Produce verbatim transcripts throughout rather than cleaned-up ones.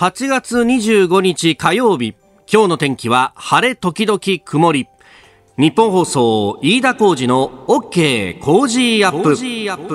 はちがつにじゅうごにち火曜日、今日の天気は晴れ時々曇り。日本放送飯田浩司の OK 工事アップ。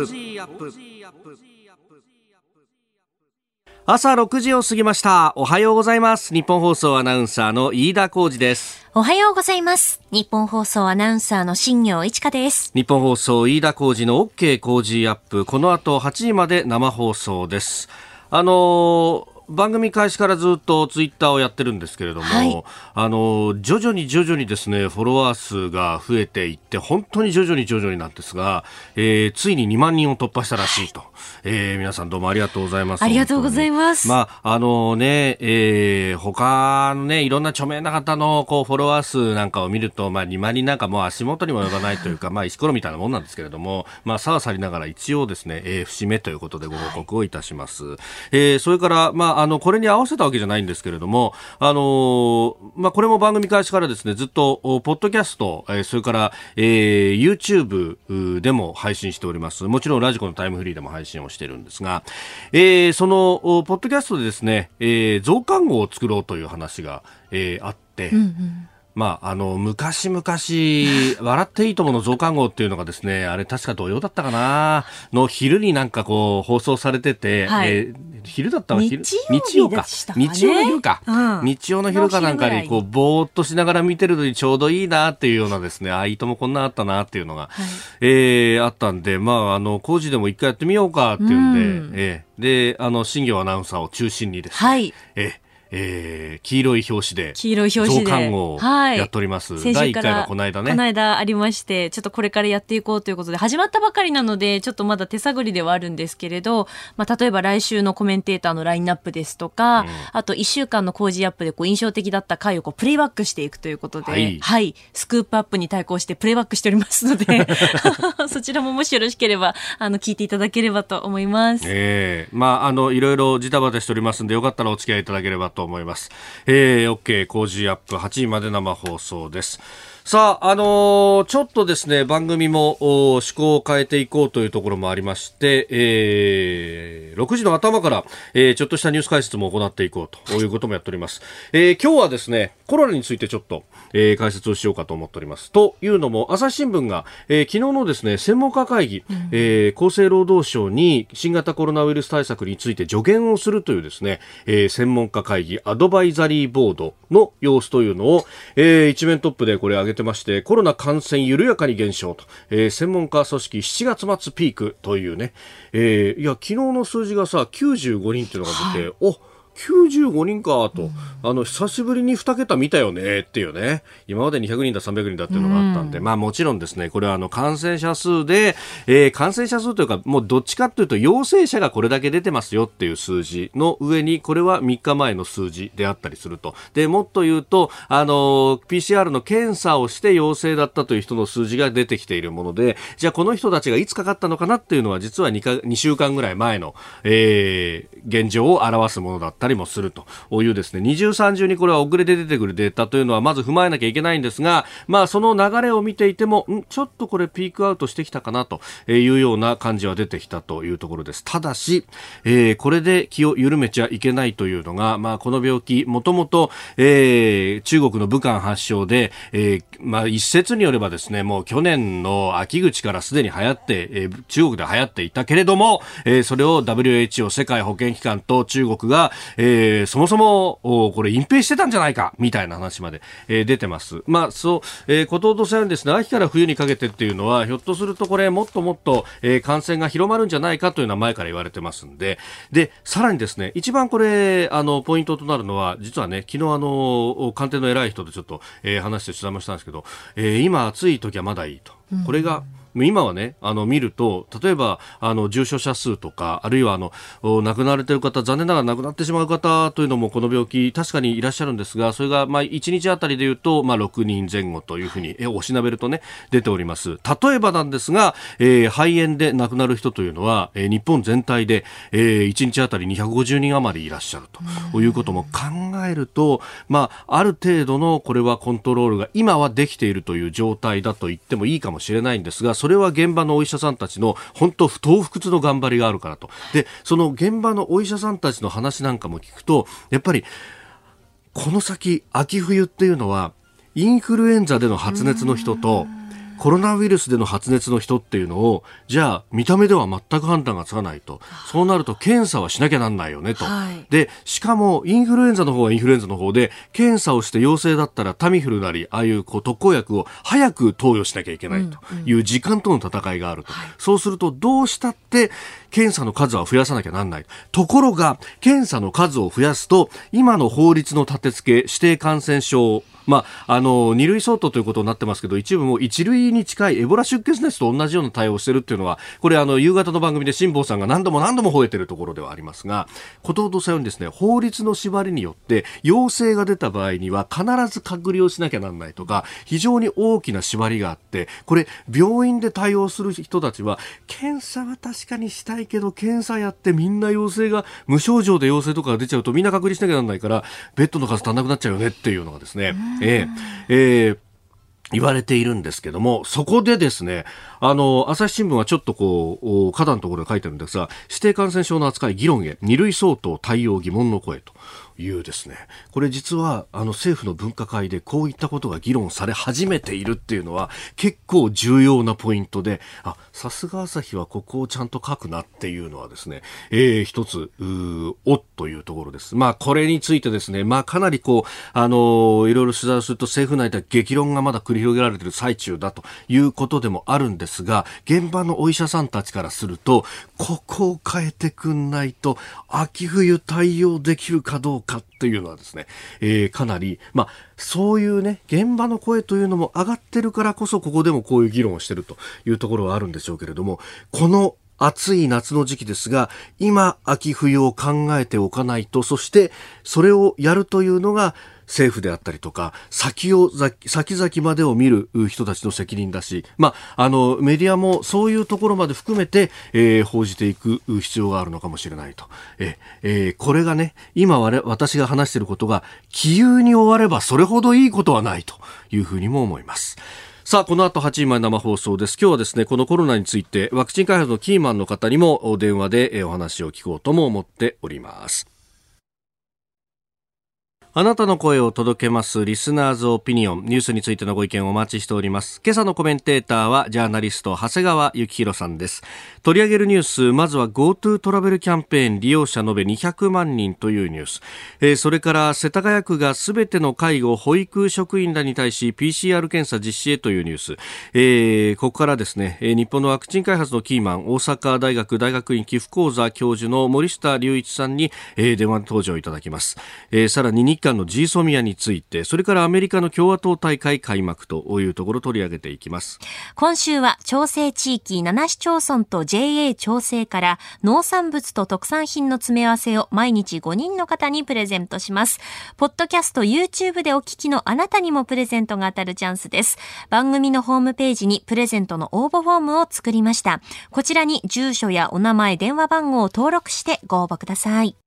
朝ろくじを過ぎました。おはようございます。日本放送アナウンサーの飯田浩司です。 おはようございます。日本放送アナウンサーの新業一華です。 日本放送飯田浩司の OK 工事アップ、この後はちじまで生放送です。あのー番組開始からずっとツイッターをやってるんですけれども、はい、あの徐々に徐々にですねフォロワー数が増えていって、本当に徐々に徐々になんですが、えー、ついににまんにんを突破したらしいと、えー、皆さんどうもありがとうございます。 ありがとうございます。 まああのね、えー、他のねいろんな著名な方のこうフォロワー数なんかを見ると、まあ、にまんにんなんかもう足元にも及ばないというかまあ石ころみたいなもんなんですけれども、まあ、さあさりながら一応ですね、えー、節目ということでご報告をいたします。はい、えー、それからまああのこれに合わせたわけじゃないんですけれども、あのーまあ、これも番組開始からですねずっとポッドキャスト、えー、それから、えー、YouTube でも配信しております。もちろんラジコのタイムフリーでも配信をしているんですが、えー、そのポッドキャストでですね、えー、増刊号を作ろうという話が、えー、あって、うんうん、まあ、あの昔々笑っていいともの増刊号っていうのがですね、あれ確か土曜だったかなの昼になんかこう放送されてて、はい、えー、昼だったの日曜日でしたかね、 日曜の昼か、うん、日曜の昼かなんかにこうぼーっとしながら見てるのにちょうどいいなっていうようなですね、あいいともこんなあったなっていうのが、はい、えー、あったんで、まああの工事でも一回やってみようかっていうんで、うん、えー、であの新業アナウンサーを中心にですね、はい、えーえー、黄色い表紙で黄色い表紙で増刊号をやっております、はい、だいいっかいがこの間ねこの間ありまして、ちょっとこれからやっていこうということで始まったばかりなのでちょっとまだ手探りではあるんですけれど、まあ、例えば来週のコメンテーターのラインナップですとか、うん、あといっしゅうかんの工事アップでこう印象的だった回をこうプレイバックしていくということで、はい、はい、スクープアップに対抗してプレイバックしておりますのでそちらももしよろしければあの聞いていただければと思います。 えー、まああのいろいろジタバタしておりますのでよかったらお付き合いいただければと思います。えー、OK 工事アップはちじまで生放送です。さあ、あのー、ちょっとですね番組も趣向を変えていこうというところもありまして、えー、ろくじの頭から、えー、ちょっとしたニュース解説も行っていこうということもやっております。えー、今日はですねコロナについてちょっと、えー、解説をしようかと思っております。というのも朝日新聞が、えー、昨日のですね専門家会議、うん、えー、厚生労働省に新型コロナウイルス対策について助言をするというですね、えー、専門家会議アドバイザリーボードの様子というのを、えー、一面トップでこれ挙げてまして、コロナ感染緩やかに減少と、えー、専門家組織しちがつ末ピークというね、えー、いや昨日の数字がさきゅうじゅうごにんっていうのが出て、はい、おきゅうじゅうごにんかと、うん、あの久しぶりににけた見たよねっていうね、今までにひゃくにんださんびゃくにんだっていうのがあったんで、うん、まあもちろんですねこれはあの感染者数で、えー、感染者数というかもうどっちかというと陽性者がこれだけ出てますよっていう数字の上にこれはみっかまえの数字であったりすると。でもっと言うとあの ピーシーアール の検査をして陽性だったという人の数字が出てきているもので、じゃあこの人たちがいつかかったのかなっていうのは実は 2, かにしゅうかんぐらい前の、えー、現状を表すものだったりもするというですね、二重三重にこれは遅れて出てくるデータというのはまず踏まえなきゃいけないんですが、まあその流れを見ていてもんちょっとこれピークアウトしてきたかなというような感じは出てきたというところです。ただし、えー、これで気を緩めちゃいけないというのが、まあこの病気もともと中国の武漢発祥で、えー、まあ一説によればですねもう去年の秋口からすでに流行って、えー、中国で流行っていたけれども、えー、それを ダブリューエイチオー 世界保健機関と中国が、えー、そもそもこれ隠蔽してたんじゃないかみたいな話まで、えー、出てます。まあそう、えー、こととさんですね、秋から冬にかけてっていうのはひょっとするとこれもっともっと、えー、感染が広まるんじゃないかというのは前から言われてますんで、でさらにですね一番これあのポイントとなるのは実はね昨日あの官邸の偉い人とちょっと、えー、話して取材もしたんですけど、えー、今暑い時はまだいいと、これが今はねあの見ると例えばあの重症者数とかあるいはあの亡くなられている方、残念ながら亡くなってしまう方というのもこの病気確かにいらっしゃるんですが、それがまあいちにちあたりでいうとまあろくにんぜん後というふうにおしなべるとね出ております。例えばなんですが、えー、肺炎で亡くなる人というのは、えー、日本全体で、えー、いちにちあたりにひゃくごじゅうにん余りいらっしゃるということも考えると、まあ、ある程度のこれはコントロールが今はできているという状態だと言ってもいいかもしれないんですが、そそれは現場のお医者さんたちの本当不撓不屈の頑張りがあるからと。でその現場のお医者さんたちの話なんかも聞くと、やっぱりこの先秋冬っていうのはインフルエンザでの発熱の人とコロナウイルスでの発熱の人っていうのを、じゃあ見た目では全く判断がつかないと、そうなると検査はしなきゃなんないよねと、はい、でしかもインフルエンザの方はインフルエンザの方で検査をして陽性だったらタミフルなりああいうこう特効薬を早く投与しなきゃいけないという時間との戦いがあると、うんうん、そうするとどうしたって検査の数は増やさなきゃなんない。ところが検査の数を増やすと今の法律の立て付け指定感染症、まあ、あのに類相当ということになってますけど、一部もいち類に近いエボラ出血熱と同じような対応をしているっていうのは、これあの夕方の番組で辛坊さんが何度も何度も吠えているところではありますが、ことほどさようにですね、法律の縛りによって陽性が出た場合には必ず隔離をしなきゃなんないとか、非常に大きな縛りがあって、これ病院で対応する人たちは検査は確かにしたいけど、検査やってみんな陽性が無症状で陽性とかが出ちゃうとみんな隔離しなきゃなんないからベッドの数足んなくなっちゃうよねっていうのがですね、えーえー言われているんですけども、そこでですね、あの朝日新聞はちょっとこう花壇のところで書いてるんですが、指定感染症の扱い議論へに類相当対応疑問の声というですね、これ実はあの政府の分科会でこういったことが議論され始めているっていうのは結構重要なポイントで、あ、さすが朝日はここをちゃんと書くなっていうのはですね、えー、一つうおっというところです。まあこれについてですね、まあかなりこうあのー、いろいろ取材をすると政府内では激論がまだ繰り広げられている最中だということでもあるんですが、現場のお医者さんたちからするとここを変えてくんないと秋冬対応できるかどうかっていうのはですね、えー、かなり、まあ、そういうね現場の声というのも上がってるからこそここでもこういう議論をしているというところはあるんでしょうけれども、この暑い夏の時期ですが、今秋冬を考えておかないと、そしてそれをやるというのが政府であったりとか先を先々までを見る人たちの責任だし、まあ、あのメディアもそういうところまで含めて、えー、報じていく必要があるのかもしれないと、えー、これがね今我私が話していることが杞憂に終わればそれほどいいことはないというふうにも思います。さあこの後はちじまで生放送です。今日はですねこのコロナについてワクチン開発のキーマンの方にも電話でお話を聞こうとも思っております。あなたの声を届けますリスナーズオピニオン、ニュースについてのご意見をお待ちしております。今朝のコメンテーターはジャーナリスト長谷川幸宏さんです。取り上げるニュース、まずは GoTo トラベルキャンペーン利用者延べにひゃくまんにんというニュース、えー、それから世田谷区がすべての介護保育職員らに対し ピーシーアール 検査実施へというニュース、えー、ここからですね、えー、日本のワクチン開発のキーマン、大阪大学大学院寄付講座教授の森下隆一さんに、えー、電話登場いただきます。えー、さらに日韓の ジーソミアについて、それからアメリカの共和党大会開幕というところを取り上げていきます。 今週は調整地域なな市町村と ジェーエー 調整から農産物と特産品の詰め合わせを毎日ごにんの方にプレゼントします。ポッドキャスト YouTube でお聞きのあなたにもプレゼントが当たるチャンスです。番組のホームページにプレゼントの応募フォームを作りました。こちらに住所やお名前、電話番号を登録してご応募ください。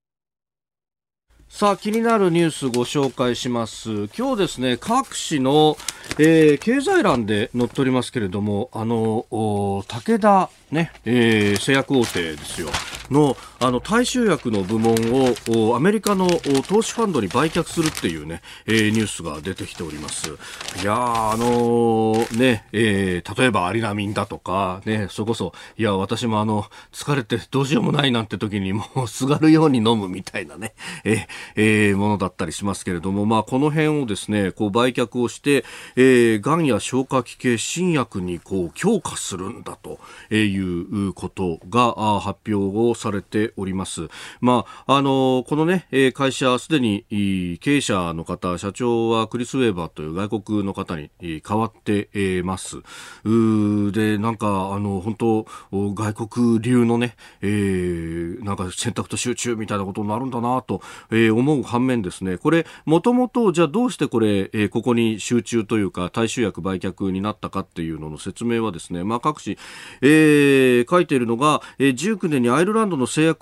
さあ気になるニュースご紹介します。今日ですね各紙の、えー、経済欄で載っておりますけれども、あの武田ね、えー、製薬大手ですよのあの大衆薬の部門をアメリカの投資ファンドに売却するっていうね、えー、ニュースが出てきております。いやーあのー、ね、えー、例えばアリナミンだとかね、それこそいや私もあの疲れてどうしようもないなんて時にもうすがるように飲むみたいなね、えーえー、ものだったりしますけれども、まあこの辺をですねこう売却をして、えー、がんや消化器系新薬にこう強化するんだということが発表をされております。まああのこのね会社すでに経営者の方、社長はクリス・ウェーバーという外国の方に変わってます。でなんかあの本当外国流のね、えー、なんか選択と集中みたいなことになるんだなと、えー、思う反面ですね、これもともとじゃあどうしてこれ、えー、ここに集中というか大衆薬売却になったかっていうのの説明はですね、まあ各紙、えー、書いているのが、えー、じゅうきゅうねんにアイルランドの製薬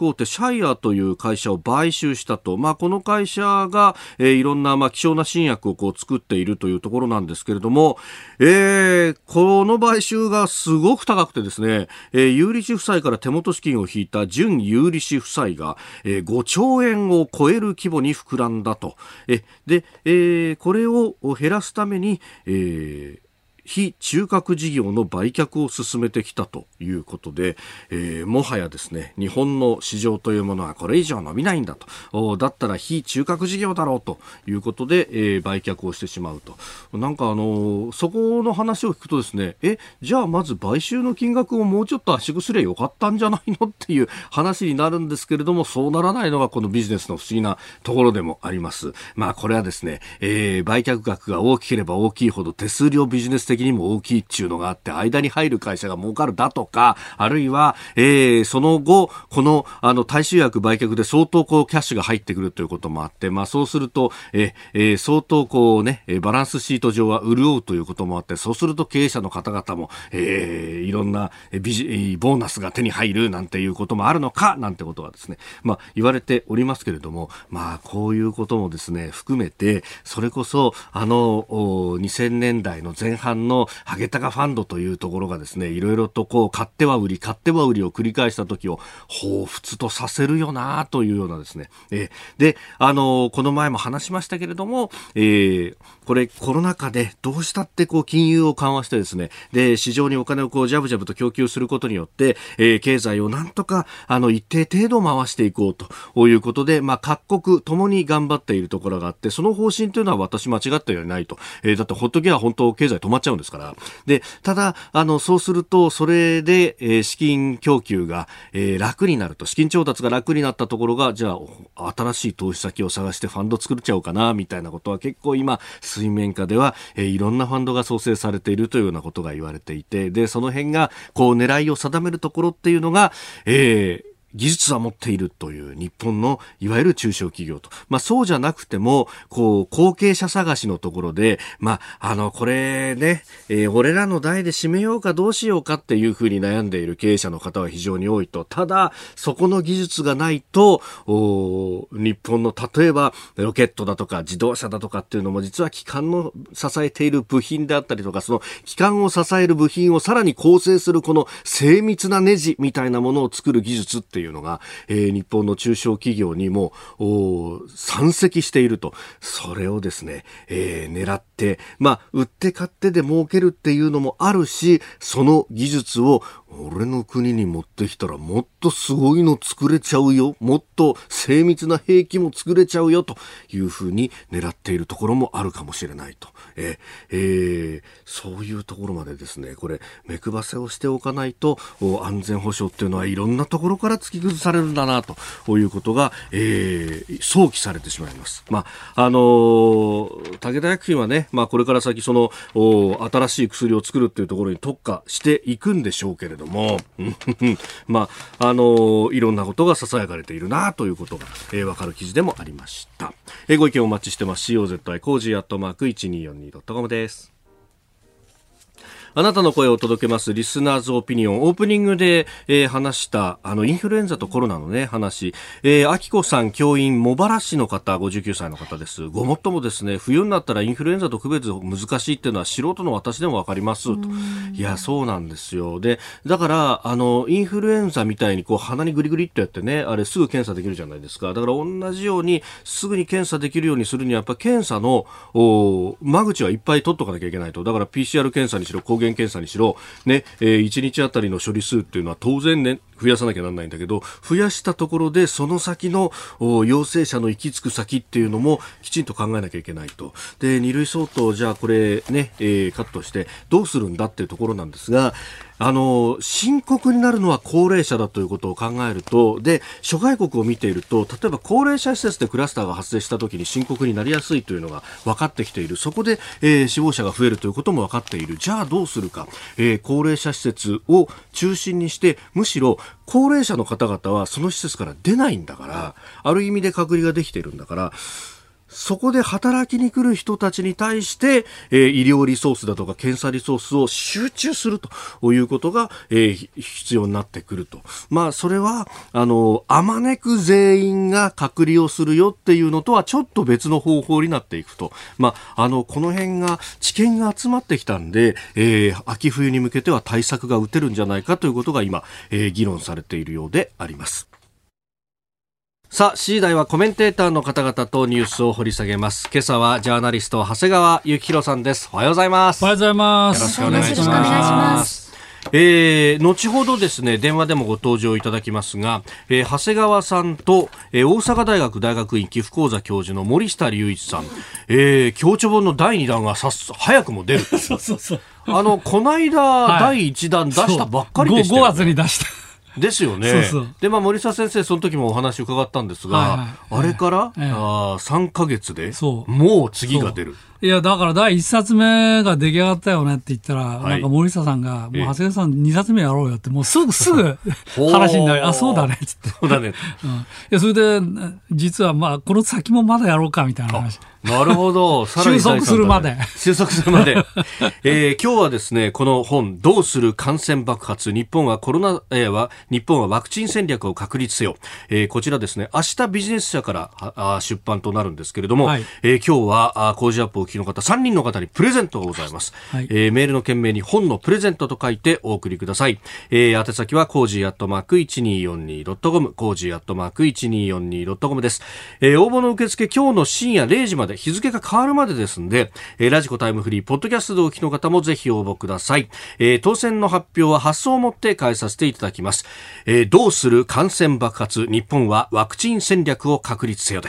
薬大手シャイアという会社を買収したと、まあ、この会社が、えー、いろんな、まあ、希少な新薬をこう作っているというところなんですけれども、えー、この買収がすごく高くてですね、えー、有利子負債から手元資金を引いた純有利子負債が、えー、ごちょうえんを超える規模に膨らんだと。えで、えー、これを減らすために、えー非中核事業の売却を進めてきたということで、えー、もはやですね、日本の市場というものはこれ以上伸びないんだと、だったら非中核事業だろうということで、えー、売却をしてしまうと。なんかあのー、そこの話を聞くとですね、え、じゃあまず買収の金額をもうちょっと足すればよかったんじゃないのっていう話になるんですけれども、そうならないのがこのビジネスの不思議なところでもあります。まあこれはですね、えー、売却額が大きければ大きいほど手数料ビジネス的にも大きいっていうのがあって、間に入る会社が儲かるだとか、あるいは、えー、その後このあの大衆薬売却で相当こうキャッシュが入ってくるということもあって、まあそうすると、えー、相当こうねバランスシート上は潤うということもあって、そうすると経営者の方々も、えー、いろんなビジボーナスが手に入るなんていうこともあるのかなんてことがですね、まあ言われておりますけれども、まあこういうこともですね含めて、それこそあのにせんねんだいの前半のハゲタカファンドというところがですね、いろいろとこう買っては売り買っては売りを繰り返した時を彷彿とさせるよなというようなですね、えー、であのこの前も話しましたけれども、えー、これコロナ禍でどうしたってこう金融を緩和してですね、で市場にお金をこうジャブジャブと供給することによって、えー、経済をなんとかあの一定程度回していこうということで、まあ、各国ともに頑張っているところがあって、その方針というのは私間違ってはいないと、えー、だってほっときゃ本当経済止まっちゃうんですから。でただあのそうするとそれで、えー、資金供給が、えー、楽になると、資金調達が楽になったところが、じゃあ新しい投資先を探してファンド作っちゃおうかなみたいなことは結構今水面下では、えー、いろんなファンドが創生されているというようなことが言われていて、でその辺がこう狙いを定めるところっていうのが、えー技術は持っているという日本のいわゆる中小企業と、まあそうじゃなくてもこう後継者探しのところで、まああのこれね、えー、俺らの代で締めようかどうしようかっていうふうに悩んでいる経営者の方は非常に多いと。ただそこの技術がないと、日本の例えばロケットだとか自動車だとかっていうのも実は基幹の支えている部品であったりとか、その基幹を支える部品をさらに構成するこの精密なネジみたいなものを作る技術っていうのが、えー、日本の中小企業にも山積していると。それをですね、えー、狙って、まあ売って買ってで儲けるっていうのもあるし、その技術を俺の国に持ってきたらもっとすごいの作れちゃうよ、もっと精密な兵器も作れちゃうよというふうに狙っているところもあるかもしれないと、えーえー、そういうところまでですね、これ目配せをしておかないと安全保障っていうのはいろんなところから突き崩されるんだなということが、えー、想起されてしまいます。まああのー、武田薬品はね、まあ、これから先その新しい薬を作るっていうところに特化していくんでしょうけれどもまああのー、いろんなことが囁かれているなということが、えー、分かる記事でもありました。えー、ご意見お待ちしてます。 シーオーゼットアイ コージーアットマーク いちにーよんにードットコム です。あなたの声を届けますリスナーズオピニオン。オープニングで、えー、話したあのインフルエンザとコロナのね話、えー、あきこさん教員茂原市の方、ごじゅうきゅうさいの方です。ごもっともですね、冬になったらインフルエンザと区別難しいっていうのは素人の私でもわかりますと。いやそうなんですよ。でだからあのインフルエンザみたいにこう鼻にグリグリっとやってね、あれすぐ検査できるじゃないですか。だから同じようにすぐに検査できるようにするにはやっぱ検査の間口はいっぱい取っとかなきゃいけないと。だから ピーシーアール 検査にしろ抗原検査にしろ、ねえー、いちにちあたりの処理数っていうのは当然ね増やさなきゃならないんだけど、増やしたところでその先の陽性者の行き着く先っていうのもきちんと考えなきゃいけないと。でに類相当じゃあこれね、えー、カットしてどうするんだっていうところなんですが、あの深刻になるのは高齢者だということを考えると、で諸外国を見ていると、例えば高齢者施設でクラスターが発生した時に深刻になりやすいというのが分かってきている。そこで、えー、死亡者が増えるということも分かっている。じゃあどうするか、えー、高齢者施設を中心にして、むしろ高齢者の方々はその施設から出ないんだから、ある意味で隔離ができているんだから、 そこで働きに来る人たちに対して、えー、医療リソースだとか検査リソースを集中するということが、えー、必要になってくると。まあ、それは、あの、あまねく全員が隔離をするよっていうのとはちょっと別の方法になっていくと。まあ、あの、この辺が、知見が集まってきたんで、えー、秋冬に向けては対策が打てるんじゃないかということが今、えー、議論されているようであります。さあ、しちじ台はコメンテーターの方々とニュースを掘り下げます。今朝はジャーナリスト長谷川幸宏さんです。おはようございます。 おはようございます。 よろしくお願いします。えー、後ほどですね、電話でもご登場いただきますが、えー、長谷川さんと、えー、大阪大学大学院寄付講座教授の森下隆一さん、えー、共著本のだいにだんがさす早くも出る。 そうそうそう。 あの、この間、はい、だいいちだん出したばっかりでしたよね。 ごがつに出した。 ですよね。 そうそう。 で、まあ、森下先生、その時もお話伺ったんですが、はいはい、あれから、ええ、あさんかげつで、もう次が出る。 いや、だから第一冊目が出来上がったよねって言ったら、はい、なんか森下さんが、もう長谷川さん二冊目やろうよって、もうすぐ、すぐ話になり、あ、そうだねって言って。 そうだね。 うん。いや、それで、実はまあ、この先もまだやろうかみたいな話。 なるほど。 さらに収束するまで。 収束するまで。えー、今日はですね、この本、どうする感染爆発、日本はコロナ、えー、は、日本はワクチン戦略を確立せよ。えー、こちらですね、明日ビジネス社からあ出版となるんですけれども、はい、えー、今日は、あ工事アップをお聞きの方、さんにんの方にプレゼントがございます。はい、えー、メールの件名に本のプレゼントと書いてお送りください。えー、宛先はコージーアットマーク いちにーよんにードットコム、コージーアットマーク いちにーよんにードットコム です。えー、応募の受付、今日の深夜れいじまで、日付が変わるまでですんで、えー、ラジコタイムフリーポッドキャストでお聞きの方もぜひ応募ください。えー、当選の発表は発送をもって返させていただきます。えー、どうする感染爆発、日本はワクチン戦略を確立せよです。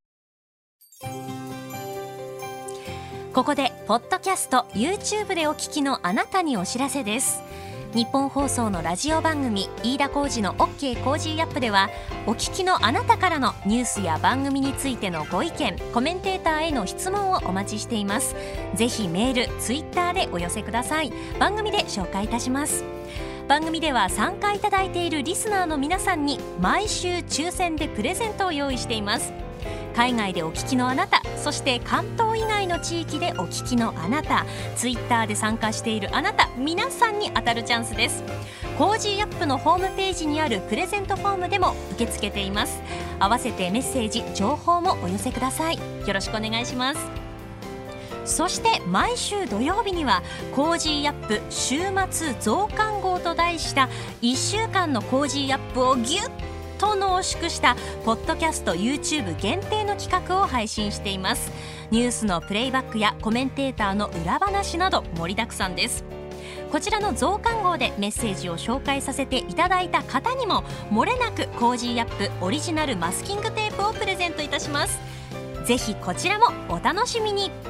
ここでポッドキャスト YouTube でお聞きのあなたにお知らせです。日本放送のラジオ番組飯田浩司の OK コージーアップでは、お聞きのあなたからのニュースや番組についてのご意見、コメンテーターへの質問をお待ちしています。ぜひメール、ツイッターでお寄せください。番組で紹介いたします。番組では参加いただいているリスナーの皆さんに毎週抽選でプレゼントを用意しています。海外でお聞きのあなた、そして関東以外の地域でお聞きのあなた、ツイッターで参加しているあなた、皆さんに当たるチャンスです。コージーアップのホームページにあるプレゼントフォームでも受け付けています。合わせてメッセージ、情報もお寄せください。よろしくお願いします。そして毎週土曜日にはコージーアップ週末増刊号と題したいっしゅうかんのコージーアップをギュッと濃縮したポッドキャスト YouTube 限定の企画を配信しています。ニュースのプレイバックやコメンテーターの裏話など盛りだくさんです。こちらの増刊号でメッセージを紹介させていただいた方にも漏れなくコージーアップオリジナルマスキングテープをプレゼントいたします。ぜひこちらもお楽しみに。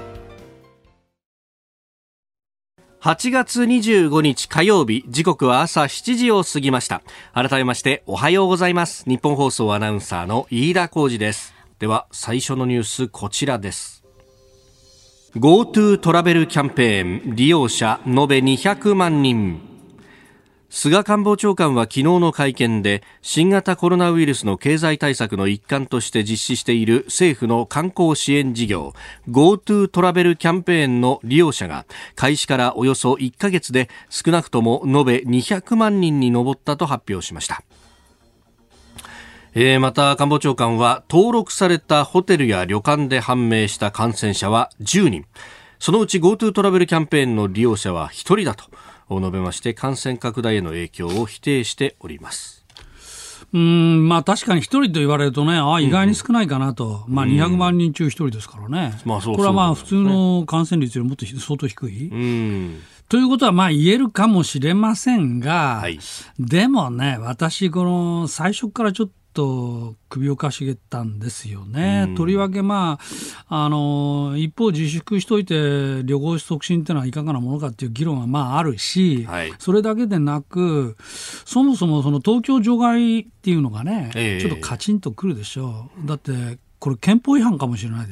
はちがつにじゅうごにち火曜日、時刻は朝しちじを過ぎました。改めましておはようございます。日本放送アナウンサーの飯田浩司です。では最初のニュース、こちらです。 GoTo トラベルキャンペーン利用者延べにひゃくまんにん。菅官房長官は昨日の会見で、新型コロナウイルスの経済対策の一環として実施している政府の観光支援事業 GoTo トラベルキャンペーンの利用者が開始からおよそいっかげつで少なくとも延べにひゃくまんにんに上ったと発表しました。えー、また官房長官は、登録されたホテルや旅館で判明した感染者はじゅうにん、そのうち GoTo トラベルキャンペーンの利用者はひとりだと述べまして、感染拡大への影響を否定しております。 うーん、まあ確かに一人と言われるとね、あ意外に少ないかなと、うん、まあにひゃくまんにん中一人ですからね、うん、まあそうそう、これはまあ普通の感染率よりもっと相当低い、うん、ということはまあ言えるかもしれませんが、はい、でもね、私この最初からちょっとと首をかしげたんですよね、うん、とりわけ、まあ、あの一方自粛しといて旅行促進ってのはいかがなものかっていう議論はまああるし、はい、それだけでなく、そもそもその東京除外っていうのがね、えー、ちょっとカチンとくるでしょう。だってこれ憲法違反かもしれないでしょ。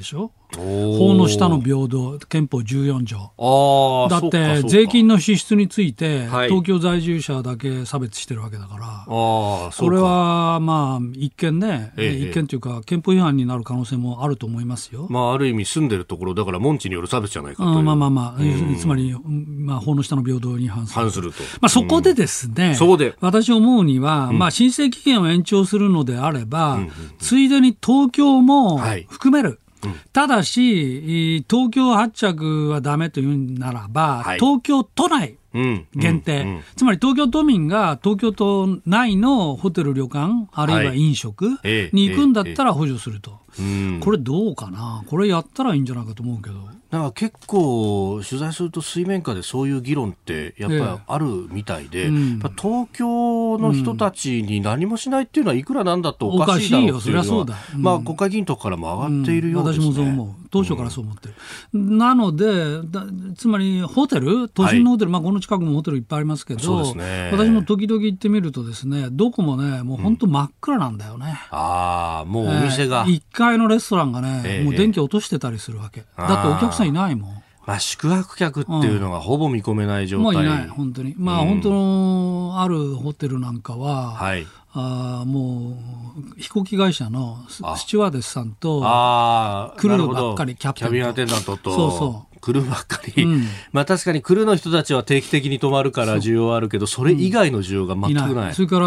法の下の平等、憲法じゅうよん条。 あだって税金の支出について、 はい、 東京在住者だけ差別してるわけだから、 あこれはまあ一見ね、ええ、一見というか憲法違反になる可能性もあると思いますよ。 まあ、ある意味住んでるところだから門地による差別じゃないかという。 まあまあまあ、うん、つまり、まあ、法の下の平等に反する。 反すると。 まあ、そこでですね、うん、そこで私思うには、うん、まあ、申請期限を延長するのであれば、うんうんうん、ついでに東京も含める。はい、うん、ただし東京発着はダメというならば、はい、東京都内限定、うんうんうん、つまり東京都民が東京都内のホテル旅館あるいは飲食に行くんだったら補助すると、はいええ、これどうかな、これやったらいいんじゃないかと思うけど。 なんか結構取材すると水面下でそういう議論ってやっぱりあるみたいで、ええうん、東京の人たちに何もしないっていうのはいくらなんだとおかしいだろうっていうのは、うんまあ、国会議員とかからも上がっているようですね、 うん、私もそう思う、当初からそう思ってる、うん、なのでだつまりホテル都心のホテル、はいまあ、この近くもホテルいっぱいありますけど、 そうですね、 私も時々行ってみるとですね、どこもねもう本当真っ暗なんだよね、うん、 ああもうお店が、 えー、いっかいのレストランがね、えー、もう電気落としてたりするわけだってお客さんいないもん。 まあ、宿泊客っていうのがほぼ見込めない状態、 うん、もういない本当に、まあ、うん、本当のあるホテルなんかは、はい、あもう飛行機会社のスチュワーデスさんとクルーばっかり、キャプテンとキャビンアテンダントとそうそう来るばっかり、うんまあ、確かに来るの人たちは定期的に泊まるから需要はあるけど そ, それ以外の需要が全くない、うん、いない。 それから、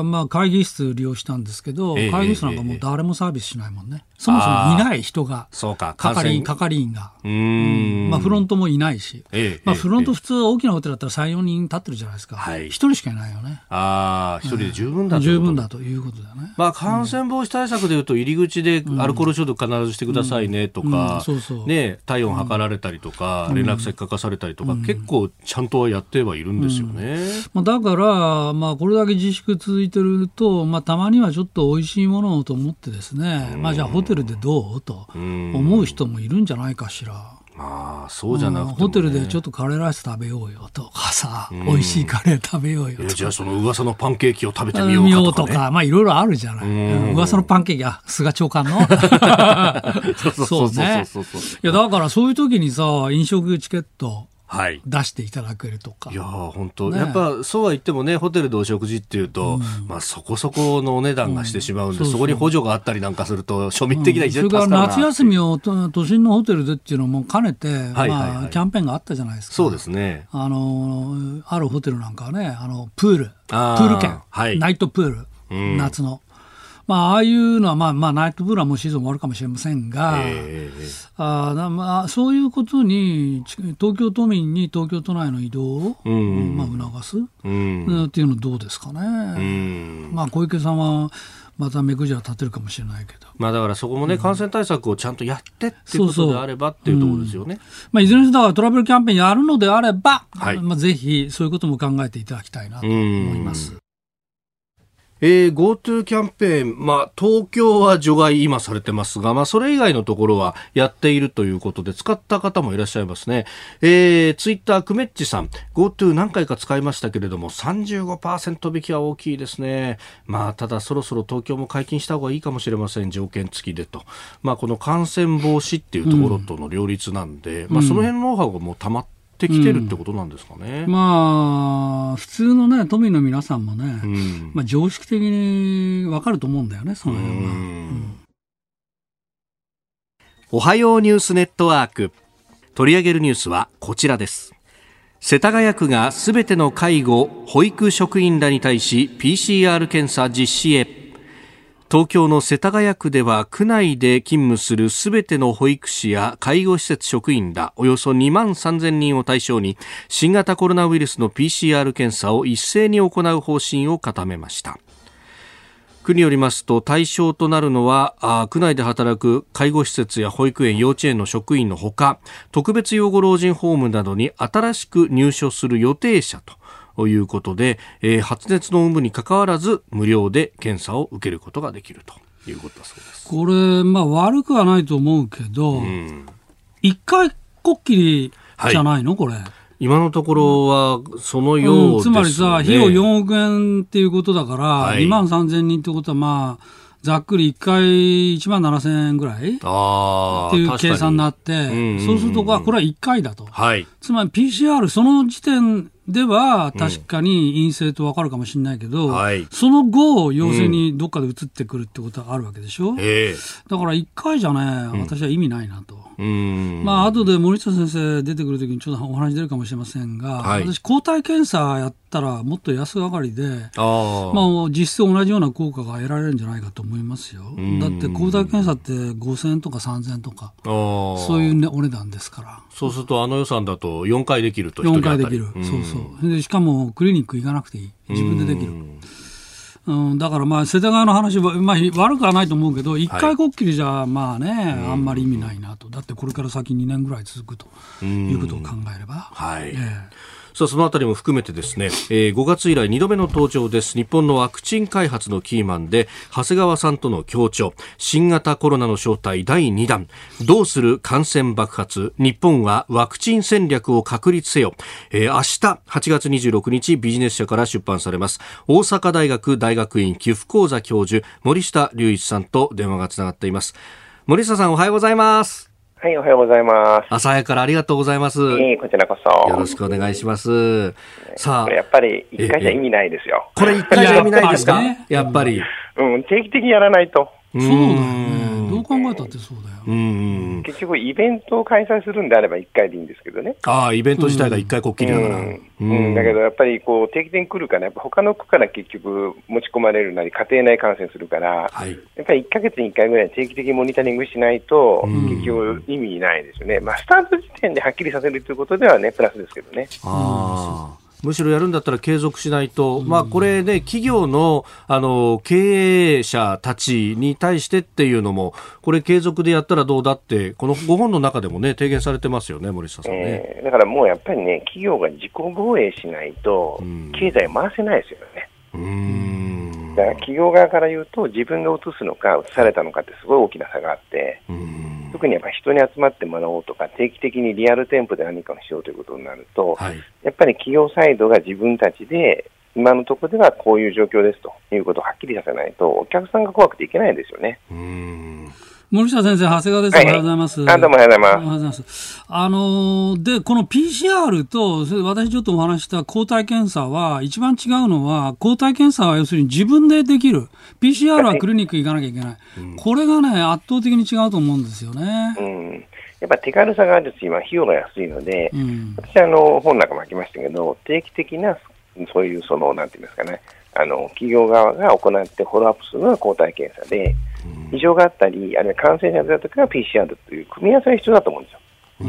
まあ、会議室利用したんですけど、えー、会議室なんかもう誰もサービスしないもんね、えー、そもそもいない人がそうか係員、係員がうーん、まあ、フロントもいないし、えーまあ、フロント普通大きなホテルだったら さん,よ 人立ってるじゃないですか、はい、ひとりしかいないよね。 ああ、ひとりで十分だと、 十分だということだよね。 まあ、感染防止対策でいうと入り口でアルコール消毒必ずしてくださいねとか、体温測られたりとか、うん、連絡先書かされたりとか、うん、結構ちゃんとはやってはいるんですよね、うんまあ、だから、まあ、これだけ自粛続いてると、まあ、たまにはちょっと美味しいものをと思ってですね、うんまあ、じゃあホテルでどうと思う人もいるんじゃないかしら。 まあ、そうじゃなくても、ね、 ホテルでちょっとカレーライス食べようよとかさ、うん、美味しいカレー食べようよとか、 じゃあその噂のパンケーキを食べてみようかとか、ね、 とかまあいろいろあるじゃない、うん、噂のパンケーキ、あ、菅長官のそうね。いやだからそういう時にさ、飲食チケットはい、出していただけるとか。 いや本当、ね、やっぱそうは言ってもね、ホテルでお食事っていうと、うんまあ、そこそこのお値段がしてしまうんで、うん、そうそう、そこに補助があったりなんかすると庶民的な非常に助かるな、うん、 それから夏休みを都心のホテルでっていうのも兼ねて、はいはいはいまあ、キャンペーンがあったじゃないですか。 そうですね。 あのあるホテルなんかはね、あのプールプール券、はい、ナイトプール、うん、夏のまあ、ああいうのは、まあまあ、ナイトプールはもうシーズン終わるかもしれませんが、えーあまあ、そういうことに東京都民に東京都内の移動を、うんまあ、促す、うん、っていうのはどうですかね、うんまあ、小池さんはまた目くじら立てるかもしれないけど、 まあ、だからそこもね、うん、感染対策をちゃんとやってっていうことであればっていうところですよね。 そうそう、うんまあ、いずれにせよだからトラベルキャンペーンやるのであれば、はいまあ、ぜひそういうことも考えていただきたいなと思います。 えー、GoTo キャンペーン、まあ、東京は除外今されてますが、まあ、それ以外のところはやっているということで使った方もいらっしゃいますね。えー、ツイッタークメッチさん GoTo 何回か使いましたけれども さんじゅうごパーセント 引きは大きいですね。まあ、ただそろそろ東京も解禁した方がいいかもしれません、条件付きでと、まあ、この感染防止っていうところとの両立なんで、うんまあ、その辺のノウハウがもう溜まってできてるってことなんですかね。 うん、まあ普通のね都民の皆さんもね、うんまあ、常識的に分かると思うんだよね、その辺は。うんうん、 おはようニュースネットワーク、取り上げるニュースはこちらです。世田谷区がすべての介護・保育職員らに対し ピーシーアール 検査実施へ。東京の世田谷区では区内で勤務するすべての保育士や介護施設職員らおよそにまんさんぜんにんを対象に新型コロナウイルスの ピーシーアール 検査を一斉に行う方針を固めました。区によりますと対象となるのはあ区内で働く介護施設や保育園、幼稚園の職員のほか特別養護老人ホームなどに新しく入所する予定者とということで、えー、発熱の有無にかかわらず無料で検査を受けることができるということだそうです。 これ、まあ、悪くはないと思うけど、うん、一回こっきりじゃないの、はい、これ今のところはそのようですね、うん、 つまりさ費用よんおくえんっていうことだから、はい、にまんさんぜんにんってことはまあざっくりいっかいいちまんななせんえんぐらいあっていう計算になって、うんうんうん、そうするとこれはいっかいだと、 はい、 つまり ピーシーアール その時点では確かに陰性と分かるかもしれないけど、うんはい、その後陽性にどっかで移ってくるってことはあるわけでしょ、うん、だからいっかいじゃね、私は意味ないなと、うん、まあ後で森下先生出てくるときにちょっとお話出るかもしれませんが、はい、私抗体検査やったらもっと安上がりで、あ、まあ、実質同じような効果が得られるんじゃないかと思いますよ。だって抗体検査ってごせんえんとかさんぜんえんとかそういう、ね、お値段ですから。 そうするとあの予算だとよんかいできるとよんかいできる、そうそうでしかもクリニック行かなくていい、自分でできる、うん、だからまあ世田谷の話は、まあ、悪くはないと思うけどいっかいこっきりじゃまあね、はい、あんまり意味ないなと。だってこれから先にねんぐらい続くということを考えれば、 はい、えーさあそのあたりも含めてですね、えー、ごがつ以来にどめの登場です。日本のワクチン開発のキーマンで長谷川さんとの協調、新型コロナの正体だいにだん、どうする感染爆発、日本はワクチン戦略を確立せよ、えー、明日はちがつにじゅうろくにちビジネス社から出版されます。大阪大学大学院寄付講座教授森下隆一さんと電話がつながっています。森下さん、おはようございます。 はい、おはようございます。 朝早からありがとうございます。 えー、こちらこそ。 よろしくお願いします。 さあ、これやっぱり一回じゃ意味ないですよ。 これ一回じゃ意味ないですか？やっぱり。 うん、定期的にやらないと。 そうだよね。どう考えたってそうだよ。 うん、結局イベントを開催するんであればいっかいでいいんですけどね。 ああ、イベント自体がいっかいこっきりだから。 うんうんうん、だけどやっぱりこう定期的に来るから、やっぱ他の区から結局持ち込まれるなり家庭内感染するから、はい、やっぱりいっかげつにいっかいぐらい定期的にモニタリングしないと結局意味ないですよね。まあ、スタート時点ではっきりさせるということではねプラスですけどね。 ああ、むしろやるんだったら継続しないと、うん、まあこれね、企業のあの経営者たちに対してっていうのも、これ継続でやったらどうだって、このごほんの中でもね、提言されてますよね、森下さんね。 えー、だからもうやっぱりね、企業が自己防衛しないと、経済回せないですよね。うーん、だから企業側から言うと、自分が移すのか、移されたのかってすごい大きな差があって、うーん、特にやっぱ人に集まってもらおうとか、定期的にリアル店舗で何かをしようということになると、はい、やっぱり企業サイドが自分たちで、今のところではこういう状況ですということをはっきりさせないと、お客さんが怖くていけないですよね。 うーん、森下先生、長谷川です。はい、おはようございます。 あ、どうもおはようございます。 おはようございます。あのー、で、この ピーシーアール と、私ちょっとお話した抗体検査は、一番違うのは、抗体検査は要するに自分でできる。ピーシーアール はクリニック行かなきゃいけない。はい、これがね、圧倒的に違うと思うんですよね。 うん、やっぱ手軽さがあるし、今、費用が安いので、うん、私あの、本なんかも書きましたけど、定期的な、そういう、その、なんていうんですかね、あの、企業側が行ってフォローアップするのが抗体検査で、異常があったり、あるいは感染者が出たときは ピーシーアール という組み合わせが必要だと思うんですよ。うん、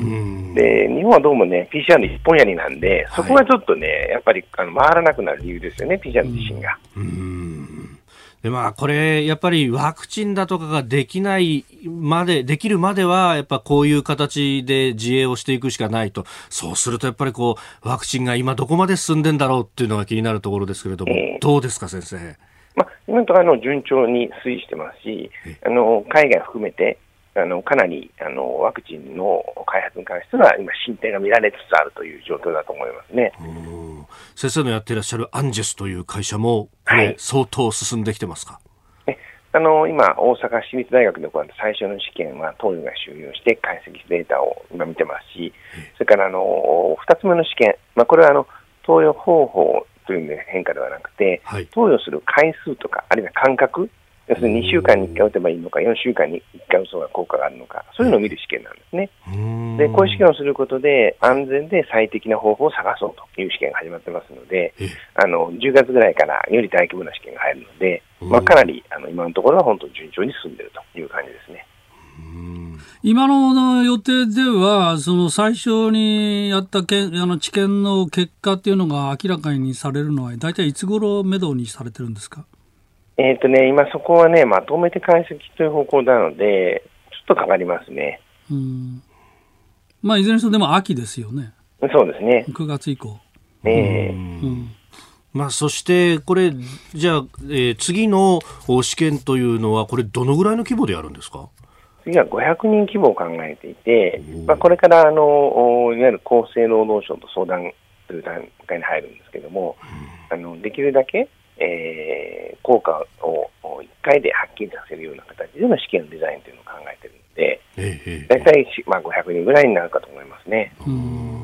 で、日本はどうもね、ピーシーアール 一本やりなんで、そこがちょっとね、はい、やっぱりあの回らなくなる理由ですよね、ピーシーアール 自身が。うん、 うんでまあ、これ、やっぱりワクチンだとかができないまで、できるまでは、やっぱこういう形で自衛をしていくしかないと。そうすると、やっぱりこう、ワクチンが今どこまで進んでんだろうっていうのが気になるところですけれども、えー、どうですか、先生。 まあ、今のところあの順調に推移してますし、あの海外含めてあのかなりあのワクチンの開発に関しては今進展が見られつつあるという状況だと思いますね。 先生のやっていらっしゃるアンジェスという会社もこれ相当進んできてますか？ はい、あの今大阪市立大学で行った最初の試験は東洋が終了して解析データを今見てますし、それからあのふたつめの試験、まあ、これはあの投与方法という変化ではなくて、はい、投与する回数とかあるいは間隔、要するににしゅうかんにいっかい打てばいいのかよんしゅうかんにいっかい打つのが効果があるのか、そういうのを見る試験なんですね。でこういう試験をすることで安全で最適な方法を探そうという試験が始まってますので、あのじゅうがつぐらいからより大規模な試験が入るので、まあ、かなりあの今のところは本当に順調に進んでいるという感じですね。 今の予定では、その最初にやったけんあの治験の結果っていうのが明らかにされるのは、大体いつ頃めどにされてるんですか？ えーとね、今そこはね、まとめて解析という方向なので、ちょっとかかりますね。うん、 まあ、いずれにしてもでも秋ですよね。 そうですね。 くがつ以降。 えーうんまあ、そしてこれ、じゃあ、えー、次の試験というのは、これ、どのぐらいの規模でやるんですか？ 次はごひゃくにん規模を考えていて、まあ、これからあのいわゆる厚生労働省と相談という段階に入るんですけども、うん、あのできるだけえー、効果をいっかいではっきりさせるような形での試験のデザインというのを考えているので、ええ、大体、まあ、ごひゃくにんぐらいになるかと思いますね。 うん、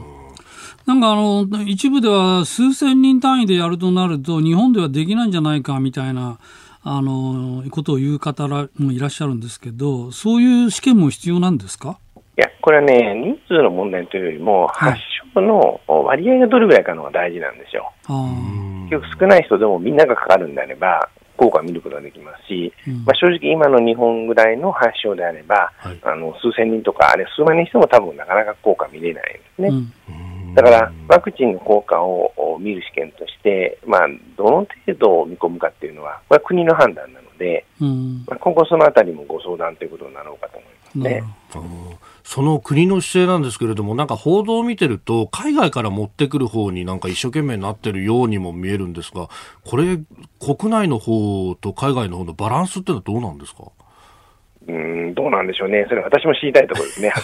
なんかあの一部では数千人単位でやるとなると日本ではできないんじゃないかみたいなあのことを言う方もいらっしゃるんですけど、そういう試験も必要なんですか？ いや、これはね、人数の問題というよりも、発症の割合がどれぐらいかのが大事なんですよ。結局少ない人でもみんながかかるんであれば効果を見ることができますし、うん、まあ、正直今の日本ぐらいの発症であれば、はい、あの数千人とかあれ数万人しても多分なかなか効果見れないんですね。うん、だからワクチンの効果を見る試験として、まあ、どの程度を見込むかっていうのはこれは国の判断なので、うん、まあ、今後そのあたりもご相談ということになろうかと思いますね。 その国の姿勢なんですけれども、なんか報道を見てると海外から持ってくる方になんか一生懸命になってるようにも見えるんですが、これ国内の方と海外の方のバランスってのはどうなんですか？ うーん、どうなんでしょうね。それ私も知りたいところですね。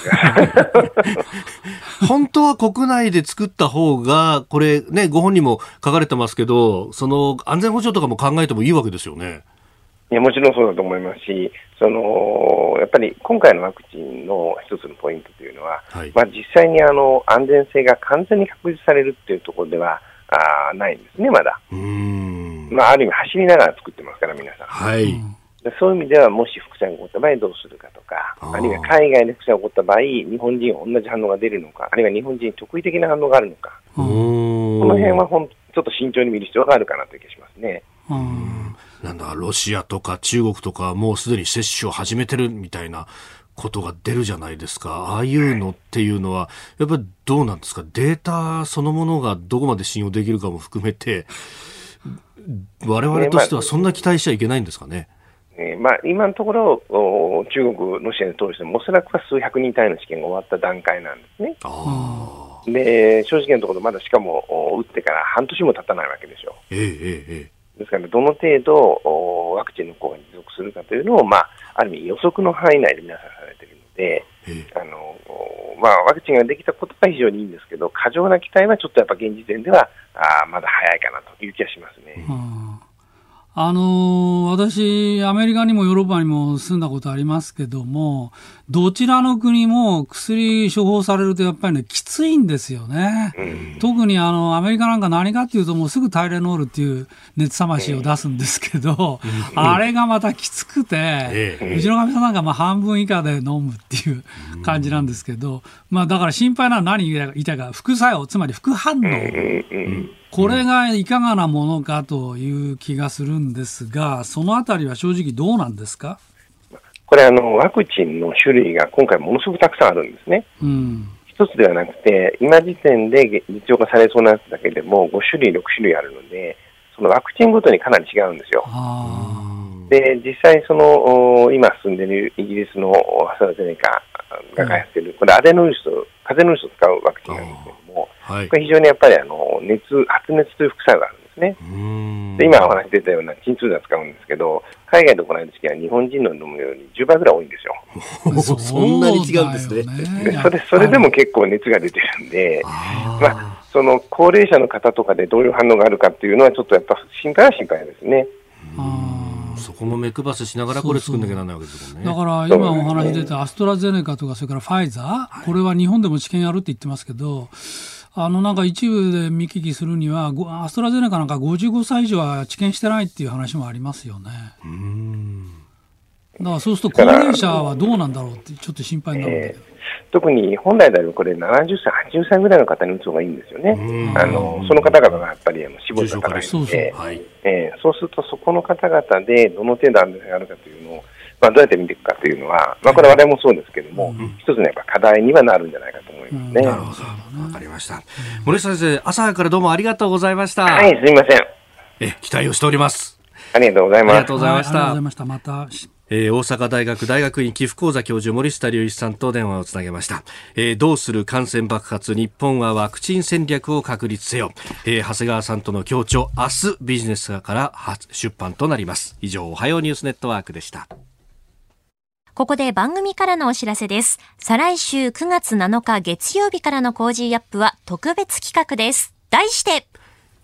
本当は国内で作った方がこれね、ご本人も書かれてますけど、その安全保障とかも考えてもいいわけですよね。 いや、もちろんそうだと思いますし、そのやっぱり今回のワクチンの一つのポイントというのは、はい、まあ、実際にあの安全性が完全に確立されるというところではあないんですね、まだ。うーん、まあ、ある意味走りながら作ってますから皆さん、はい、でそういう意味ではもし副作用が起こった場合どうするかとか、 あ, あるいは海外で副作用が起こった場合日本人は同じ反応が出るのか、あるいは日本人に特異的な反応があるのか、この辺はほんちょっと慎重に見る必要があるかなという気がしますね。 うーん、なんだロシアとか中国とかもうすでに接種を始めてるみたいなことが出るじゃないですか。ああいうのっていうのはやっぱりどうなんですか？データそのものがどこまで信用できるかも含めて我々としてはそんな期待しちゃいけないんですかね？ えーまあ、今のところ中国、ロシアに通してもおそらくは数百人単位の試験が終わった段階なんですね。あで正直なところまだしかも打ってから半年も経たないわけでしょう。えーえー、ですから、どの程度ワクチンの効果に持続するかというのを、まあ、ある意味予測の範囲内で皆さんされているので、あのまあ、ワクチンができたことは非常にいいんですけど、過剰な期待はちょっとやっぱ現時点ではあまだ早いかなという気がしますね。うんあの私アメリカにもヨーロッパにも住んだことありますけども、どちらの国も薬処方されるとやっぱりねきついんですよね、うん、特にあのアメリカなんか何かっていうともうすぐタイレノールっていう熱冷ましを出すんですけど、うん、あれがまたきつくて、うん、うちのかみさんなんかまあ半分以下で飲むっていう感じなんですけど、まあだから心配なのは何言いたいか、副作用つまり副反応、うんこれがいかがなものかという気がするんですが、そのあたりは正直どうなんですか？ これあのワクチンの種類が今回ものすごくたくさんあるんですね。うん、一つではなくて今時点で実用化されそうなやつだけでもご種類ろく種類あるので、そのワクチンごとにかなり違うんですよ。で実際その今進んでいるイギリスのアストラゼネカが開発している、これアデノウイルスと風邪のウイルスを使うワクチンなんですけども、はい、これ非常にやっぱりあの熱発熱という副作用があるんですね。で今お話出たような鎮痛剤を使うんですけど、海外で行われる試験は日本人の飲むよりじゅうばいぐらい多いんですよ。そんなに違うんですね。 でそれそれでも結構熱が出てるんで、あ、まあ、その高齢者の方とかでどういう反応があるかっていうのはちょっとやっぱ心配は心配ですね。 そこも目配せしながらこれ作んなきゃならないわけですもんね。 だから今お話出たアストラゼネカとかそれからファイザー、はい、これは日本でも治験やるって言ってますけど、あのなんか一部で見聞きするにはアストラゼネカなんかごじゅうごさい以上は治験してないっていう話もありますよね。うーんだからそうすると高齢者はどうなんだろうってちょっと心配になるんだけど、えー特に本来であればこれななじゅっさい、はちじゅっさいぐらいの方に打つ方がいいんですよね。あのその方々がやっぱりあの死亡率が高いので、そうそう、はい、えー、そうするとそこの方々でどの程度安全性があるかというのを、まあ、どうやって見ていくかというのは、まあ、これは我々もそうですけども、うん、一つのやっぱ課題にはなるんじゃないかと思いますね。うん、なるほど、わかりました。森下先生、朝早くからどうもありがとうございました。 はい、すいません。 え期待をしております。 ありがとうございます。 ありがとうございました。 はい、ありがとうございました。またえー、大阪大学大学院寄付講座教授森下隆一さんと電話をつなげました。えー、どうする感染爆発、日本はワクチン戦略を確立せよ、えー、長谷川さんとの協調、明日ビジネスから出版となります。以上、おはようニュースネットワークでした。 ここで番組からのお知らせです。再来週くがつなのか月曜日からのコージーアップは特別企画です。題して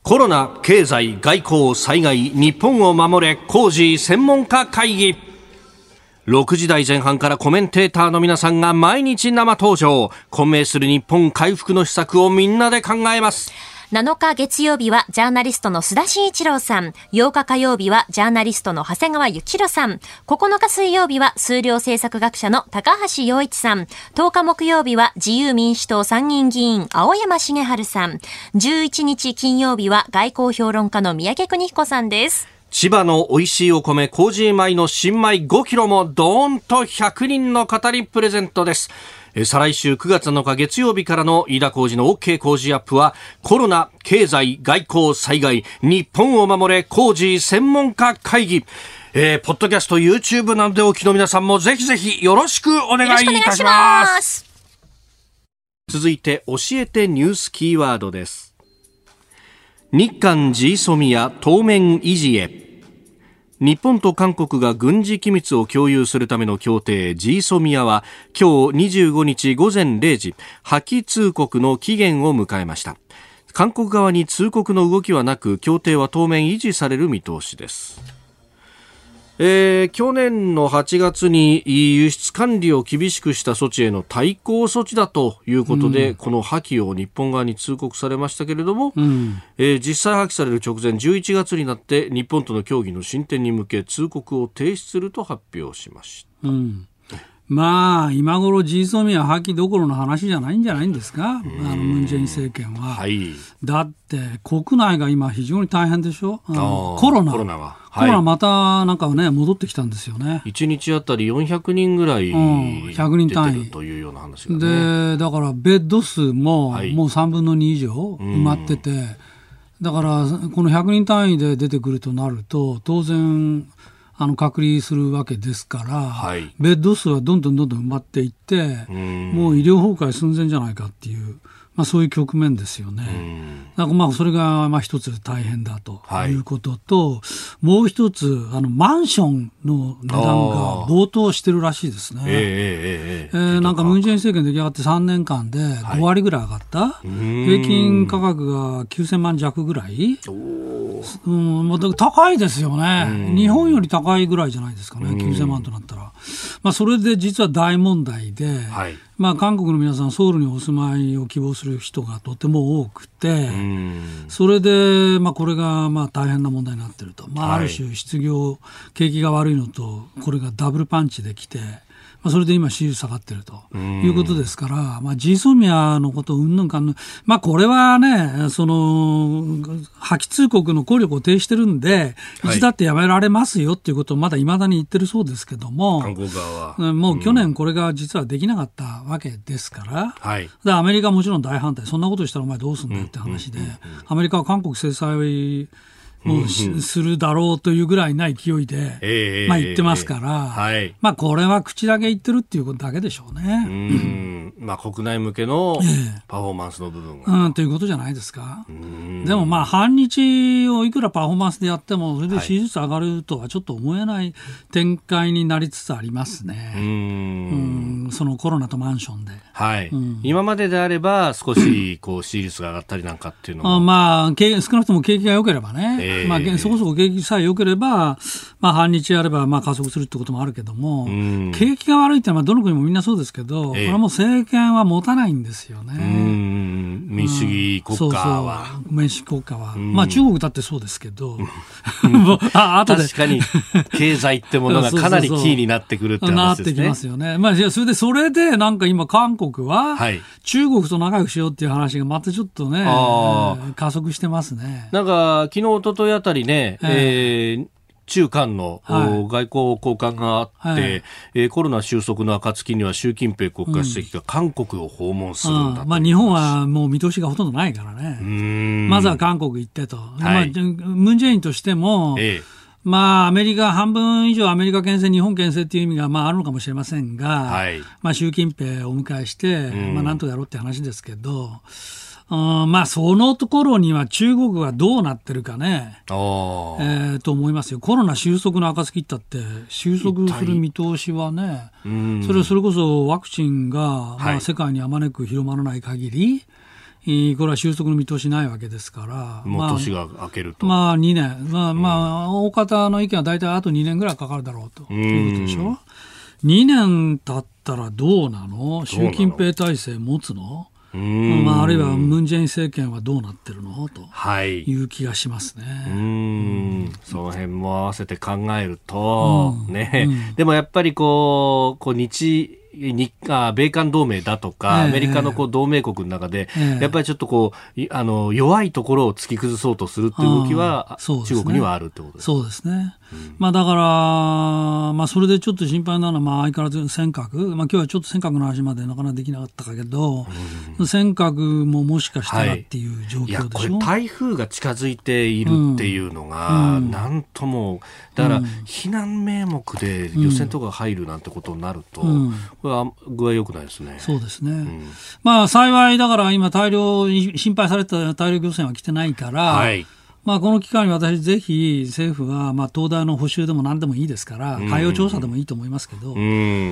コロナ、経済、外交、災害、日本を守れ、工事専門家会議。ろくじ台前半からコメンテーターの皆さんが毎日生登場。混迷する日本回復の施策をみんなで考えます。 なのか月曜日はジャーナリストの須田慎一郎さん。ようか火曜日はジャーナリストの長谷川幸宏さん。ここのか水曜日は数量政策学者の高橋洋一さん。とおか木曜日は自由民主党参議院議員青山茂春さん。じゅういちにち金曜日は外交評論家の三宅邦彦さんです。 千葉の美味しいお米コージー米の新米ごキロもドーンとひゃくにんの方にプレゼントです。え再来週くがつなのか月曜日からの飯田浩司の OK 工事アップは、コロナ、経済、外交、災害、日本を守れ工事専門家会議。えー、ポッドキャスト YouTube などでお聞きの皆さんもぜひぜひよろしくお願いいたします。続いて教えてニュースキーワードです。日韓 ジーソミア当面維持へ。日本と韓国が軍事機密を共有するための協定 ジーソミアは今日にじゅうごにちごぜんれいじ破棄通告の期限を迎えました。韓国側に通告の動きはなく、協定は当面維持される見通しです。えー、去年のはちがつに輸出管理を厳しくした措置への対抗措置だということで、うん、この破棄を日本側に通告されましたけれども、うん、えー、実際破棄される直前じゅういちがつになって日本との協議の進展に向け通告を停止すると発表しました。うん、 まあ今頃 ジーソミア破棄どころの話じゃないんじゃないんですか、あのムン・ジェイン政権は、はい、だって国内が今非常に大変でしょ。あのコロナコロナはコロナまたなんかね戻ってきたんですよね。 いちにちあたりよんひゃくにんぐらい出てるというような話が、 ね、でだからベッド数ももうさんぶんのに以上埋まってて、はい、だからこのひゃくにん単位で出てくるとなると当然あの隔離するわけですから、はい、ベッド数はどんどんどんどん埋まっていって、もう医療崩壊寸前じゃないかっていう、まあ、そういう局面ですよね。だからまあそれがまあ一つ大変だということと、はい、もう一つあのマンションの値段が暴騰してるらしいですね。えーえーえー、なんかムン・ジェイン政権出来上がってさんねんかんでごわりぐらい上がった、はい、平均価格がきゅうせんまん弱ぐらい、うん、もう高いですよね。日本より高いぐらいじゃないですかね、きゅうせんまんとなったら。まあ、それで実は大問題で、はい、まあ、韓国の皆さんソウルにお住まいを希望する人がとても多くて、それで、まあ、これがまあ大変な問題になっていると、まあ、ある種失業、景気が悪いのとこれがダブルパンチできて、まあ、それで今支持下がっているということですから、まあ、ジーソミアのことをうんぬんかんぬん、まあ、これはね、その破棄通告の効力を停止してるんで、はい、いつだってやめられますよっていうことをまだいまだに言ってるそうですけども、 韓国側はもう去年これが実はできなかったわけですから、はい、だアメリカはもちろん大反対、そんなことしたらお前どうすんだよって話で、アメリカは韓国制裁もうするだろうというぐらいな勢いで、えーまあ、言ってますから、はい、まあ、これは口だけ言ってるっていうことだけでしょうね。 うん、まあ、国内向けのパフォーマンスの部分が、 えーうん、ということじゃないですか。でもまあ反日をいくらパフォーマンスでやってもそれで支持率上がるとはちょっと思えない展開になりつつありますね。うん、うん、そのコロナとマンションで、 はい、うん、今までであれば少しこう支持率が上がったりなんかっていうのも、 あ、まあ、少なくとも景気が良ければね、えーまあ、そこそこ景気さえ良ければ、まあ、反日やればまあ加速するってこともあるけども、うん、景気が悪いってのはどの国もみんなそうですけど、えー、これはもう政権は持たないんですよね。うん、 民主主義国家は、 うん、そうそう、民主主義国家は、うん、まあ、中国だってそうですけど、 ああとで確かに経済ってものがかなりキーになってくるって話ですね。なってきますよね。 まあ、それでそれでなんか今韓国は中国と仲良くしようっていう話がまたちょっとね、加速してますね。 なんか昨日一昨日あたりね、えーえー中韓の、はい、外交交換があって、はい、えー、コロナ収束の暁には習近平国家主席が韓国を訪問するんだと、 うん、まあ、日本はもう見通しがほとんどないからね。うーん、まずは韓国行ってと、はい、まあ、ムン・ジェインとしても、ええ、まあ、アメリカ半分以上アメリカ牽制日本牽制っていう意味がまああるのかもしれませんが、はい、まあ、習近平をお迎えして、まあ、なんとかやろうって話ですけど、うん、まあ、そのところには中国はどうなってるかね、えー、と思いますよ。コロナ収束の暁ったって収束する見通しはね、それそれこそワクチンが、まあ、世界にあまねく広まらない限り、 これは収束の見通しないわけですから、 もう年が明けると、 まあ、まあにねん、まあまあ、大方の意見は大体あとにねんぐらいかかるだろうということでしょ。にねん経ったらどうなの？習近平体制持つの？まあ、あるいはムン・ジェイン政権はどうなってるのという気がしますね。 うーん、うん、その辺も合わせて考えると、うんねうん、でもやっぱりこう、こう日日あ米韓同盟だとか、えー、アメリカのこう同盟国の中で、えー、やっぱりちょっとこうあの弱いところを突き崩そうとするっていう動きは、ね、中国にはあるってことですか。 そうですね。うん、まあ、だから、まあ、それでちょっと心配なのは、まあ、相変わらず尖閣、まあ、今日はちょっと尖閣の話までなかなかできなかったけど、うん、尖閣ももしかしたらっていう状況でしょ。はい、いやこれ台風が近づいているっていうのが、うん、なんともだから、うん、避難名目で漁船とか入るなんてことになると、うん、これは具合良くないですね。 そうですね。うん、まあ、幸いだから今大量心配された大量漁船は来てないから、はい、まあ、この機会に私ぜひ政府は、まあ、東大の補修でも何でもいいですから、海洋調査でもいいと思いますけど、うん、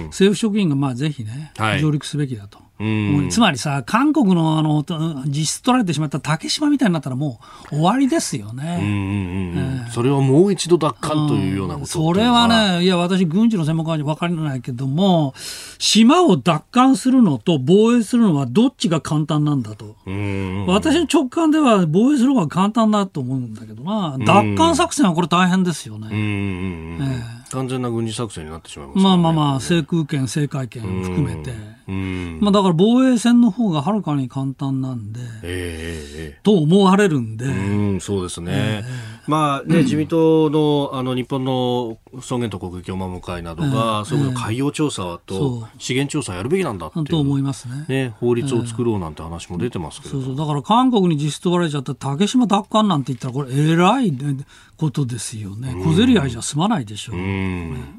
政府職員がまあぜひね、はい、上陸すべきだと。うん、つまりさ、韓国のあの実質取られてしまった竹島みたいになったらもう終わりですよね。うんうんうんえー、それはもう一度奪還というようなこと、うん、 それはね、いや私軍事の専門家に分からないけども、島を奪還するのと防衛するのはどっちが簡単なんだと。うんうんうん、私の直感では防衛する方が簡単だと思うんだけどな。奪還作戦はこれ大変ですよね。うんうんうんえー、完全な軍事作戦になってしまいますね。 まあまあまあ、制空権、制海権含めて。うんまあ、だから防衛戦の方がはるかに簡単なんで、えー、と思われるんで、 うんそうですね、えーまあね、自民党 の, あの日本の尊厳と国益を守る会などが、えー、そういう海洋調査と資源調査やるべきなんだっていう、 と思いますね。 ね、法律を作ろうなんて話も出てますけど、 えー、そうそうだから韓国に実質取られちゃった竹島奪還なんて言ったらこれえらいことですよね。小競り合いじゃ済まないでしょう、うんね。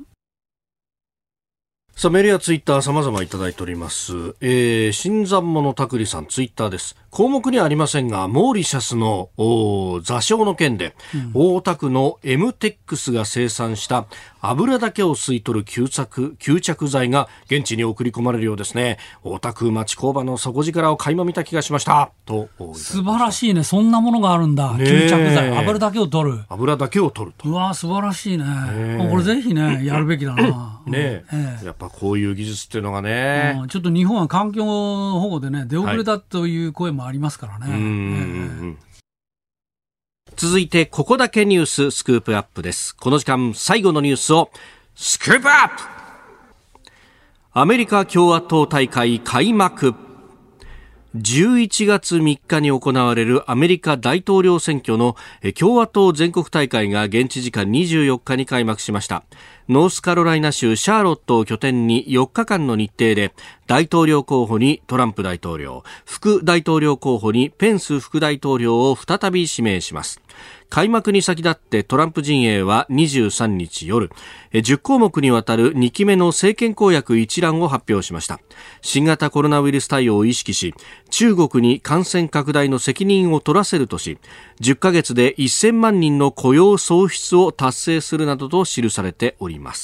さあメールやツイッター様々いただいております。えー、新参者たくりさんツイッターです。項目にはありませんがモーリシャスの座礁の件で、うん、大田区の エムテックス が生産した油だけを吸い取る吸着、吸着剤が現地に送り込まれるようですね。大田区町工場の底力を垣間見た気がしましたと。 素晴らしいね。そんなものがあるんだ。吸着剤、油だけを取る。 油だけを取ると。 うわ素晴らしいね。これぜひねやるべきだな。 ねええやっぱこういう技術っていうのがね、 うん、ちょっと日本は環境保護でね出遅れたという声もありますからね。はいうんうん続いてここだけニューススクープアップです。この時間最後のニュースをスクープアップ。アメリカ共和党大会開幕。じゅういちがつみっかに行われるアメリカ大統領選挙の共和党全国大会が現地時間にじゅうよっかに開幕しました。ノースカロライナ州シャーロットを拠点によっかかんの日程で大統領候補にトランプ大統領、副大統領候補にペンス副大統領を再び指名します。開幕に先立ってトランプ陣営はにじゅうさんにち夜、じゅっこうもくにわたるにきめの政権公約一覧を発表しました。新型コロナウイルス対応を意識し、中国に感染拡大の責任を取らせるとし、じゅっかげつでせんまんにんの雇用創出を達成するなどと記されております。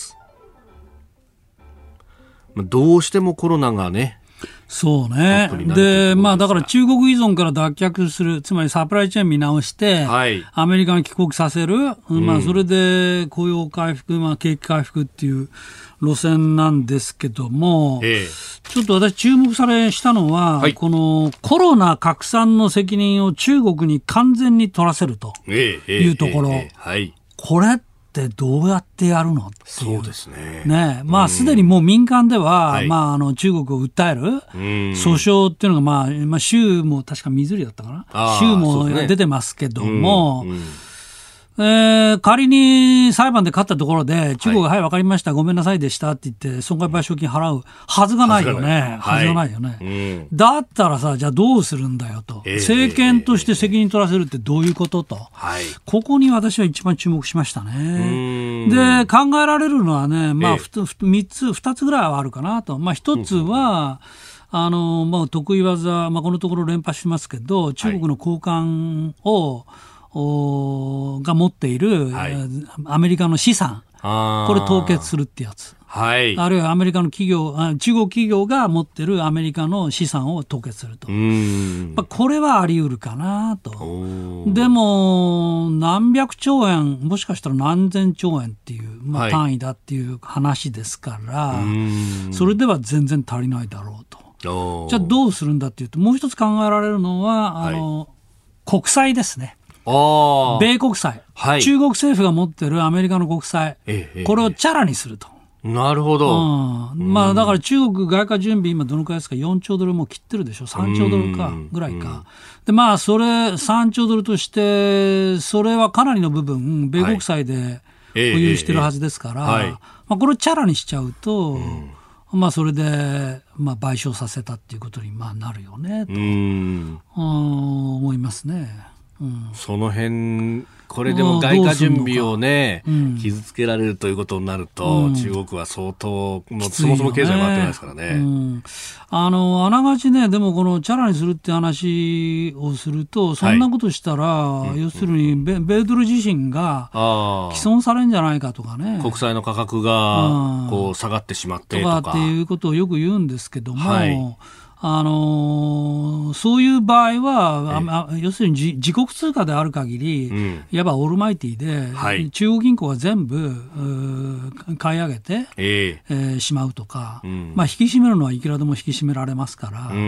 どうしてもコロナがね、 そうね。で、まあだから中国依存から脱却する、つまりサプライチェーン見直して、はい、アメリカに帰国させる、うん、まあそれで雇用回復、まあ景気回復っていう路線なんですけども、ええ、ちょっと私注目されしたのは、はい、このコロナ拡散の責任を中国に完全に取らせるというところ。ええええはい、これってどうやってやるのっていう。 そうですね。 ね、まあすでにもう民間では、はい、まああの中国を訴える訴訟っていうのがまあ、まあ州も確かミズーリだったかな。州も出てますけども、うんうんえー、仮に裁判で勝ったところで中国が、はい、はい、わかりました、ごめんなさいでしたって言って損害賠償金払うはずがないよね。はずがないよね、はいうん。だったらさ、じゃあどうするんだよと。えー、政権として責任取らせるってどういうことと。はい、ここに私は一番注目しましたね。で、考えられるのはね、まあ、えー、みっつ、ふたつぐらいはあるかなと。まあ、ひとつは、うん、あの、まあ、得意技、まあ、このところ連発しますけど、中国の高官を、はいが持っている、はい、アメリカの資産、これ凍結するってやつ。 はい、 あるいはアメリカの企業、中国企業が持ってるアメリカの資産を凍結すると。うん、まあ、これはあり得るかなと。でも何百兆円もしかしたら何千兆円っていう、まあ、単位だっていう話ですから、はい、それでは全然足りないだろうと。じゃあどうするんだっていうと、もう一つ考えられるのはあの、はい、国債ですね。あ、米国債、はい、中国政府が持ってるアメリカの国債、ええ、これをチャラにすると。 なるほど、 うん、まあ、だから中国外貨準備今どのくらいですか、よんちょうドルも切ってるでしょ、さんちょうドルかぐらいか。で、まあ、それさんちょうドルとしてそれはかなりの部分米国債で保有してるはずですから、はい、まあ、これをチャラにしちゃうと、うん、まあ、それで、まあ、賠償させたっていうことにまあなるよねと、うん、思いますね。うん、 その辺これでも外貨準備をね、うん、傷つけられるということになると、うん、中国は相当もうそもそも経済回ってないですからね、うん、 あのあながちね、でもこのチャラにするって話をすると、そんなことしたら、はい、要するに米、米ドル自身が毀損されるんじゃないかとかね、 国債の価格がこう下がってしまってとか、とかっていうことをよく言うんですけども、はい、あのー、そういう場合は、要するに自国通貨である限り、うん、いわばオールマイティで、はい、中国銀行が全部買い上げて、えーえー、しまうとか、うん、まあ、引き締めるのはいくらでも引き締められますから、うん、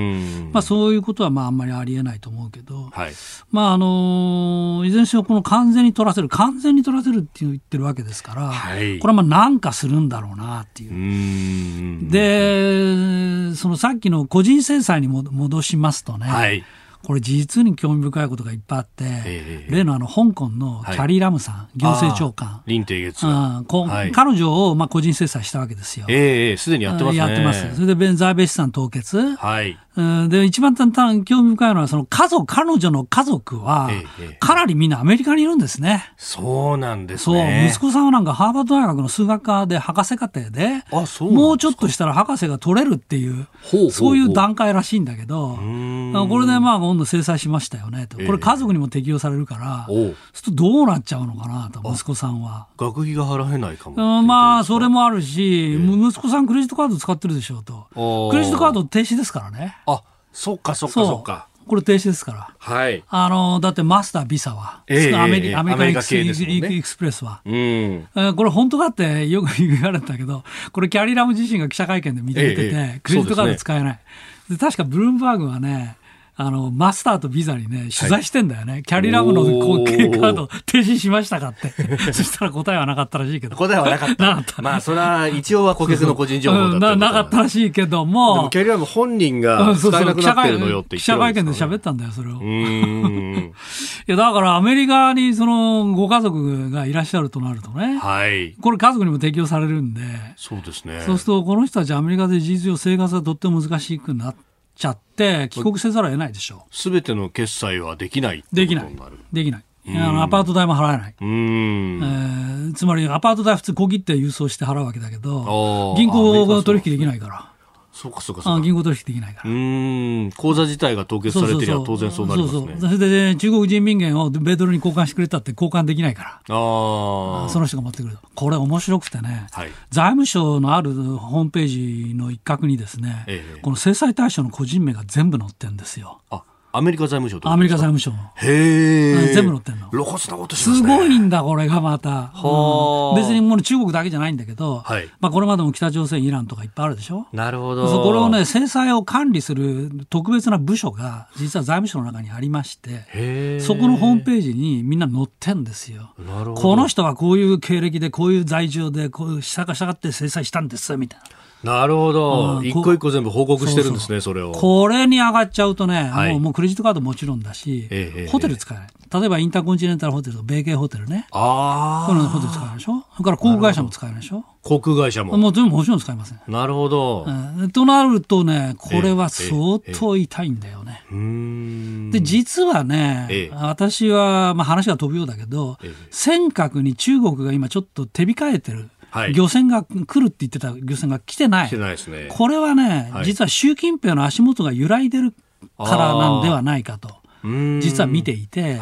まあ、そういうことはまああんまりありえないと思うけど、はい、まああのー、いずれにしろこの完全に取らせる完全に取らせるって言ってるわけですから、はい、これはまあ何かするんだろうなっていう。うんで、そのさっきの個人制裁にも戻しますとね、はい、これ実に興味深いことがいっぱいあって、えー、例のあの香港のキャリー・ラムさん、はい、行政長官、 林鄭月娥、はい、彼女をまあ個人制裁したわけですよ。 ええ、すでにやってますね。 やってます。それで在米資産凍結、はい、で一番興味深いのはその家族、彼女の家族はかなりみんなアメリカにいるんですね。 そうなんですね。 そう、息子さんはなんかハーバード大学の数学科で博士課程で、あ、そうもうちょっとしたら博士が取れるっていう、ほうほうほう、そういう段階らしいんだけど、これでまあ今度制裁しましたよねと。これ家族にも適用されるから、えー、ちょっとどうなっちゃうのかなと、息子さんは。 学費が払えないかも。 まあそれもあるし、えー、息子さんクレジットカード使ってるでしょうと。クレジットカード停止ですからね。 あ、そっかそっかそっか。 これ停止ですから。はい。あのだってマスタービザは、えー、アメリカ、アメリカエクス、ね、エクスプレスは、うん、えー、これ本当かってよく言われたけど、これキャリーラム自身が記者会見で認めてて、えー、クレジットカード使えない。で、確かブルームバーグはね、あのマスターとビザにね取材してんだよね、はい、キャリーラムの後継カード停止しましたかってそしたら答えはなかったらしいけど。 答えはなかったなかったまあそれは一応は顧客の個人情報だったそうそう、な, なかったらしいけども、 でもキャリーラム本人が使えなくなってるのよって言ってるんですか、ね、 記者会見で喋ったんだよそれを。うーんいやだからアメリカにそのご家族がいらっしゃるとなるとね、はい、これ家族にも適用されるんで、 そうですね。 そうするとこの人たちアメリカで事実上生活がとっても難しくなってちゃって帰国せざるを得ないでしょう。 すべての決済はできないってことになる。 できないできない。あのアパート代も払えない。うーん、えー、つまりアパート代普通小切って郵送して払うわけだけど、銀行が取引できないから。 そうかそうかそうか。 銀行取引できないから。 うーん、口座自体が凍結されてりゃ当然そうなりますね。そうそうそう。 それで中国人民元を米ドルに交換してくれたって交換できないから。ああ。その人が持ってくると。これ面白くてね、はい、財務省のあるホームページの一角にですね、ええ、この制裁対象の個人名が全部載ってるんですよ。 あ、アメリカ財務省とアメリカ財務省の。 へえ。 全部載ってんの。 露骨なことしますね。 すごいんだこれがまた。は、うん、別にもう中国だけじゃないんだけど、はい、まあこれまでも北朝鮮、イランとかいっぱいあるでしょ。 なるほど。 これをね制裁を管理する特別な部署が実は財務省の中にありまして、へ、そこのホームページにみんな載ってんですよ。なるほど。この人はこういう経歴でこういう罪状でこういう従って制裁したんですみたいな。 なるほど、うん、一個一個全部報告してるんですね。そうそう、それをこれに上がっちゃうとね、はい、もう、もうクレジットカードもちろんだし、ええ、ホテル使えない。例えばインターコンチネンタルホテルと米系ホテルね、あこのホテル使えないでしょ。それから航空会社も使えないでしょ。 航空会社ももう全部もちろん使えません。 なるほど、 うん、となるとねこれは相当痛いんだよね、ええええ、うーんで実はね、ええ、私は、まあ、話が飛ぶようだけど、ええ、尖閣に中国が今ちょっと手控えてる、はい、漁船が来るって言ってた漁船が来てない。 来てないですね。 これはね、はい、実は習近平の足元が揺らいでるからなんではないかと実は見ていて、はい、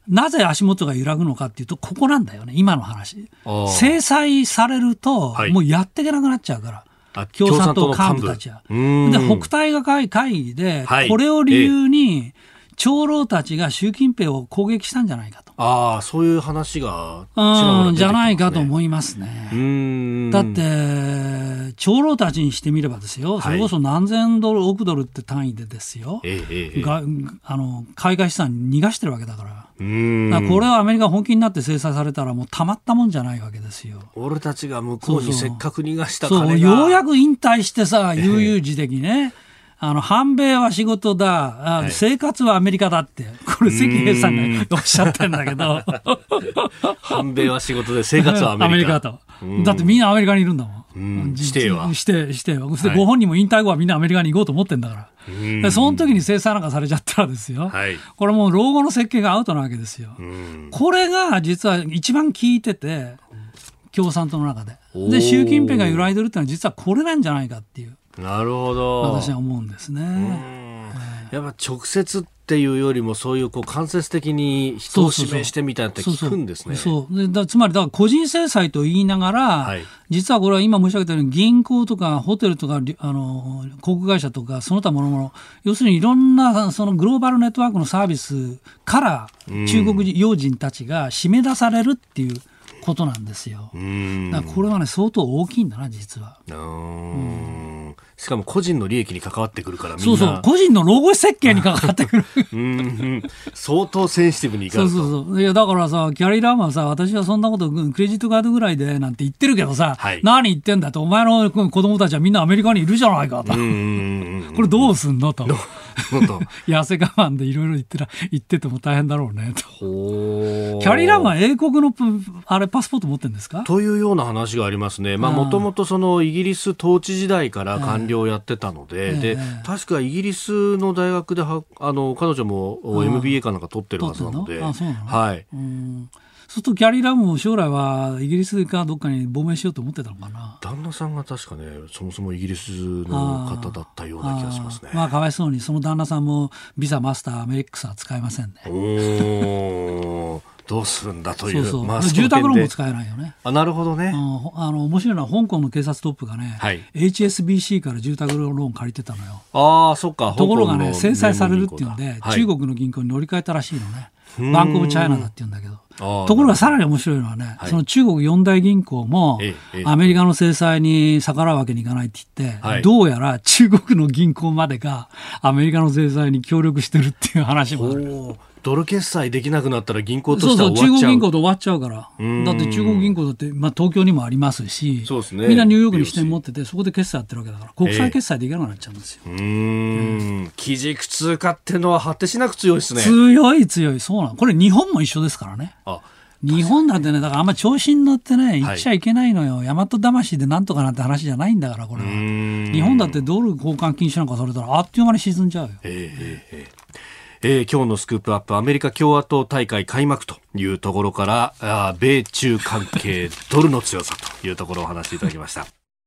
なぜ足元が揺らぐのかっていうと、ここなんだよね、今の話。制裁されると、はい、もうやっていけなくなっちゃうから、共産党幹部たちは。で、北戴河会議で、はい、これを理由に、長老たちが習近平を攻撃したんじゃないかと。 ああ、そういう話が、 ね、じゃないかと思いますね。うーん、だって長老たちにしてみればですよ、はい、それこそ何千ドル億ドルって単位でですよ、ええええ、があの海外資産逃がしてるわけだから。うーん、だからこれはアメリカ本気になって制裁されたらもうたまったもんじゃないわけですよ。 俺たちが向こうにせっかく逃がした金が、 そうそう、ようやく引退してさ、悠々自適ね、あの反米は仕事だ、はい、生活はアメリカだって、これ関平さんがおっしゃってるんだけど反米は仕事で生活はアメリカ、 アメリカと。だってみんなアメリカにいるんだもん。 うん、してはしてしてそしてご本人も引退後はみんなアメリカに行こうと思ってんだから、はい、でその時に制裁なんかされちゃったらですよ、はい、これもう老後の設計がアウトなわけですよ。これが実は一番効いてて、共産党の中でで習近平が揺らいでるってのは実はこれなんじゃないかっていう、 なるほど、 私は思うんですね。 やっぱ直接っていうよりもそういうこう間接的に人を指名してみたいなって聞くんですね。 そうそうそうでだつまりだから個人制裁と言いながら、はい、実はこれは今申し上げたように銀行とかホテルとかあの航空会社とかその他もろもろ、要するにいろんなそのグローバルネットワークのサービスから中国要人たちが締め出されるっていうことなんですよ。うんだからこれはね相当大きいんだな実は。うーんしかも個人の利益に関わってくるからみんなそうそう個人の老後設計に関わってくるうん、うん、相当センシティブにいかんと。 そうそうそういやだからさキャリー・ラーマンさ私はそんなことクレジットカードぐらいでなんて言ってるけどさ、はい、何言ってんだとお前の子供たちはみんなアメリカにいるじゃないかと。うんうんうんうんこれどうすんのと痩せ我慢でいろいろ言ってら言ってても大変だろうねと。キャリー・ラーマン英国のあれパスポート持ってるんですかというような話がありますね。もともとそのイギリス統治時代から官僚をやってたので、えー、で、えー、確かイギリスの大学ではあの彼女も エムビーエー かなんか取ってるはずなので、 あそうなの、 はい、 うんそうするとキャリー・ラムも将来はイギリスかどっかに亡命しようと思ってたのかな。 旦那さんが確かねそもそもイギリスの方だったような気がしますね。 あまあかわいそうにその旦那さんもビザマスターアメリックスは使えませんね。 おどうするんだという。そうそう、 まあ、住宅ローンも使えないよね。 あなるほどね。 あの面白いのは香港の警察トップがね、はい、エイチエスビーシー から住宅ローン借りてたのよ。 あそっか。 ところがね制裁されるっていうんで、はい、中国の銀行に乗り換えたらしいのね。バンコブチャイナだって言うんだけど、ところがさらに面白いのはね、はい、その中国四大銀行もアメリカの制裁に逆らうわけにいかないって言って、はい、どうやら中国の銀行までがアメリカの制裁に協力してるっていう話もある。 ドル決済できなくなったら銀行としては終わっちゃう。 そうそう中国銀行で終わっちゃうから。だって中国銀行だって、まあ、東京にもありますし、そうですね、みんなニューヨークに支店持っててそこで決済やってるわけだから国際決済できなくなっちゃうんですよ。えー、うーん基軸通貨ってのは果てしなく強いですね。 強い強いそうなの。これ日本も一緒ですからね。あ日本なんてねだからあんま調子に乗ってね言っちゃいけないのよ、はい、大和魂でなんとかなんて話じゃないんだからこれは。日本だってドル交換禁止なんかされたらあっという間に沈んじゃうよ。えーえーえー、今日のスクープアップアメリカ共和党大会開幕というところからあ米中関係ドルの強さというところをお話しいただきました。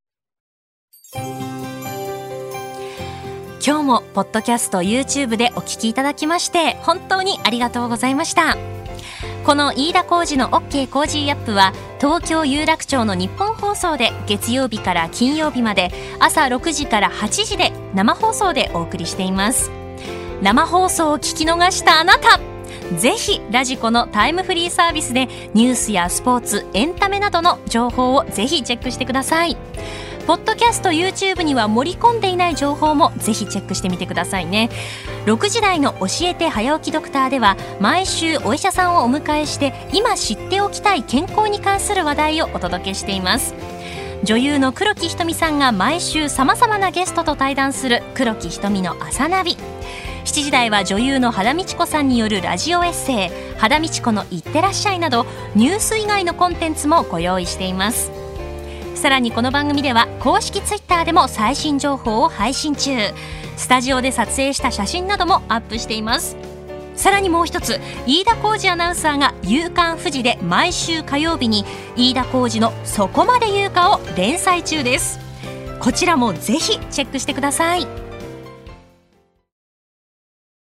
今日もポッドキャスト YouTube でお聞きいただきまして本当にありがとうございました。この飯田浩司の OK コージーアップは東京有楽町の日本放送で月曜日から金曜日まで朝ろくじからはちじで生放送でお送りしています。生放送を聞き逃したあなたぜひラジコのタイムフリーサービスでニュースやスポーツエンタメなどの情報をぜひチェックしてください。ポッドキャスト YouTube には盛り込んでいない情報もぜひチェックしてみてくださいね。ろくじ台の教えて早起きドクターでは毎週お医者さんをお迎えして今知っておきたい健康に関する話題をお届けしています。女優の黒木瞳さんが毎週さまざまなゲストと対談する黒木瞳の朝ナビ。しちじ台は女優の羽田美智子さんによるラジオエッセイ羽田美智子のいってらっしゃいなどニュース以外のコンテンツもご用意しています。さらにこの番組では公式ツイッターでも最新情報を配信中。スタジオで撮影した写真などもアップしています。さらにもう一つ飯田浩司アナウンサーが夕刊フジで毎週火曜日に飯田浩司のそこまで言うかを連載中です。こちらもぜひチェックしてください。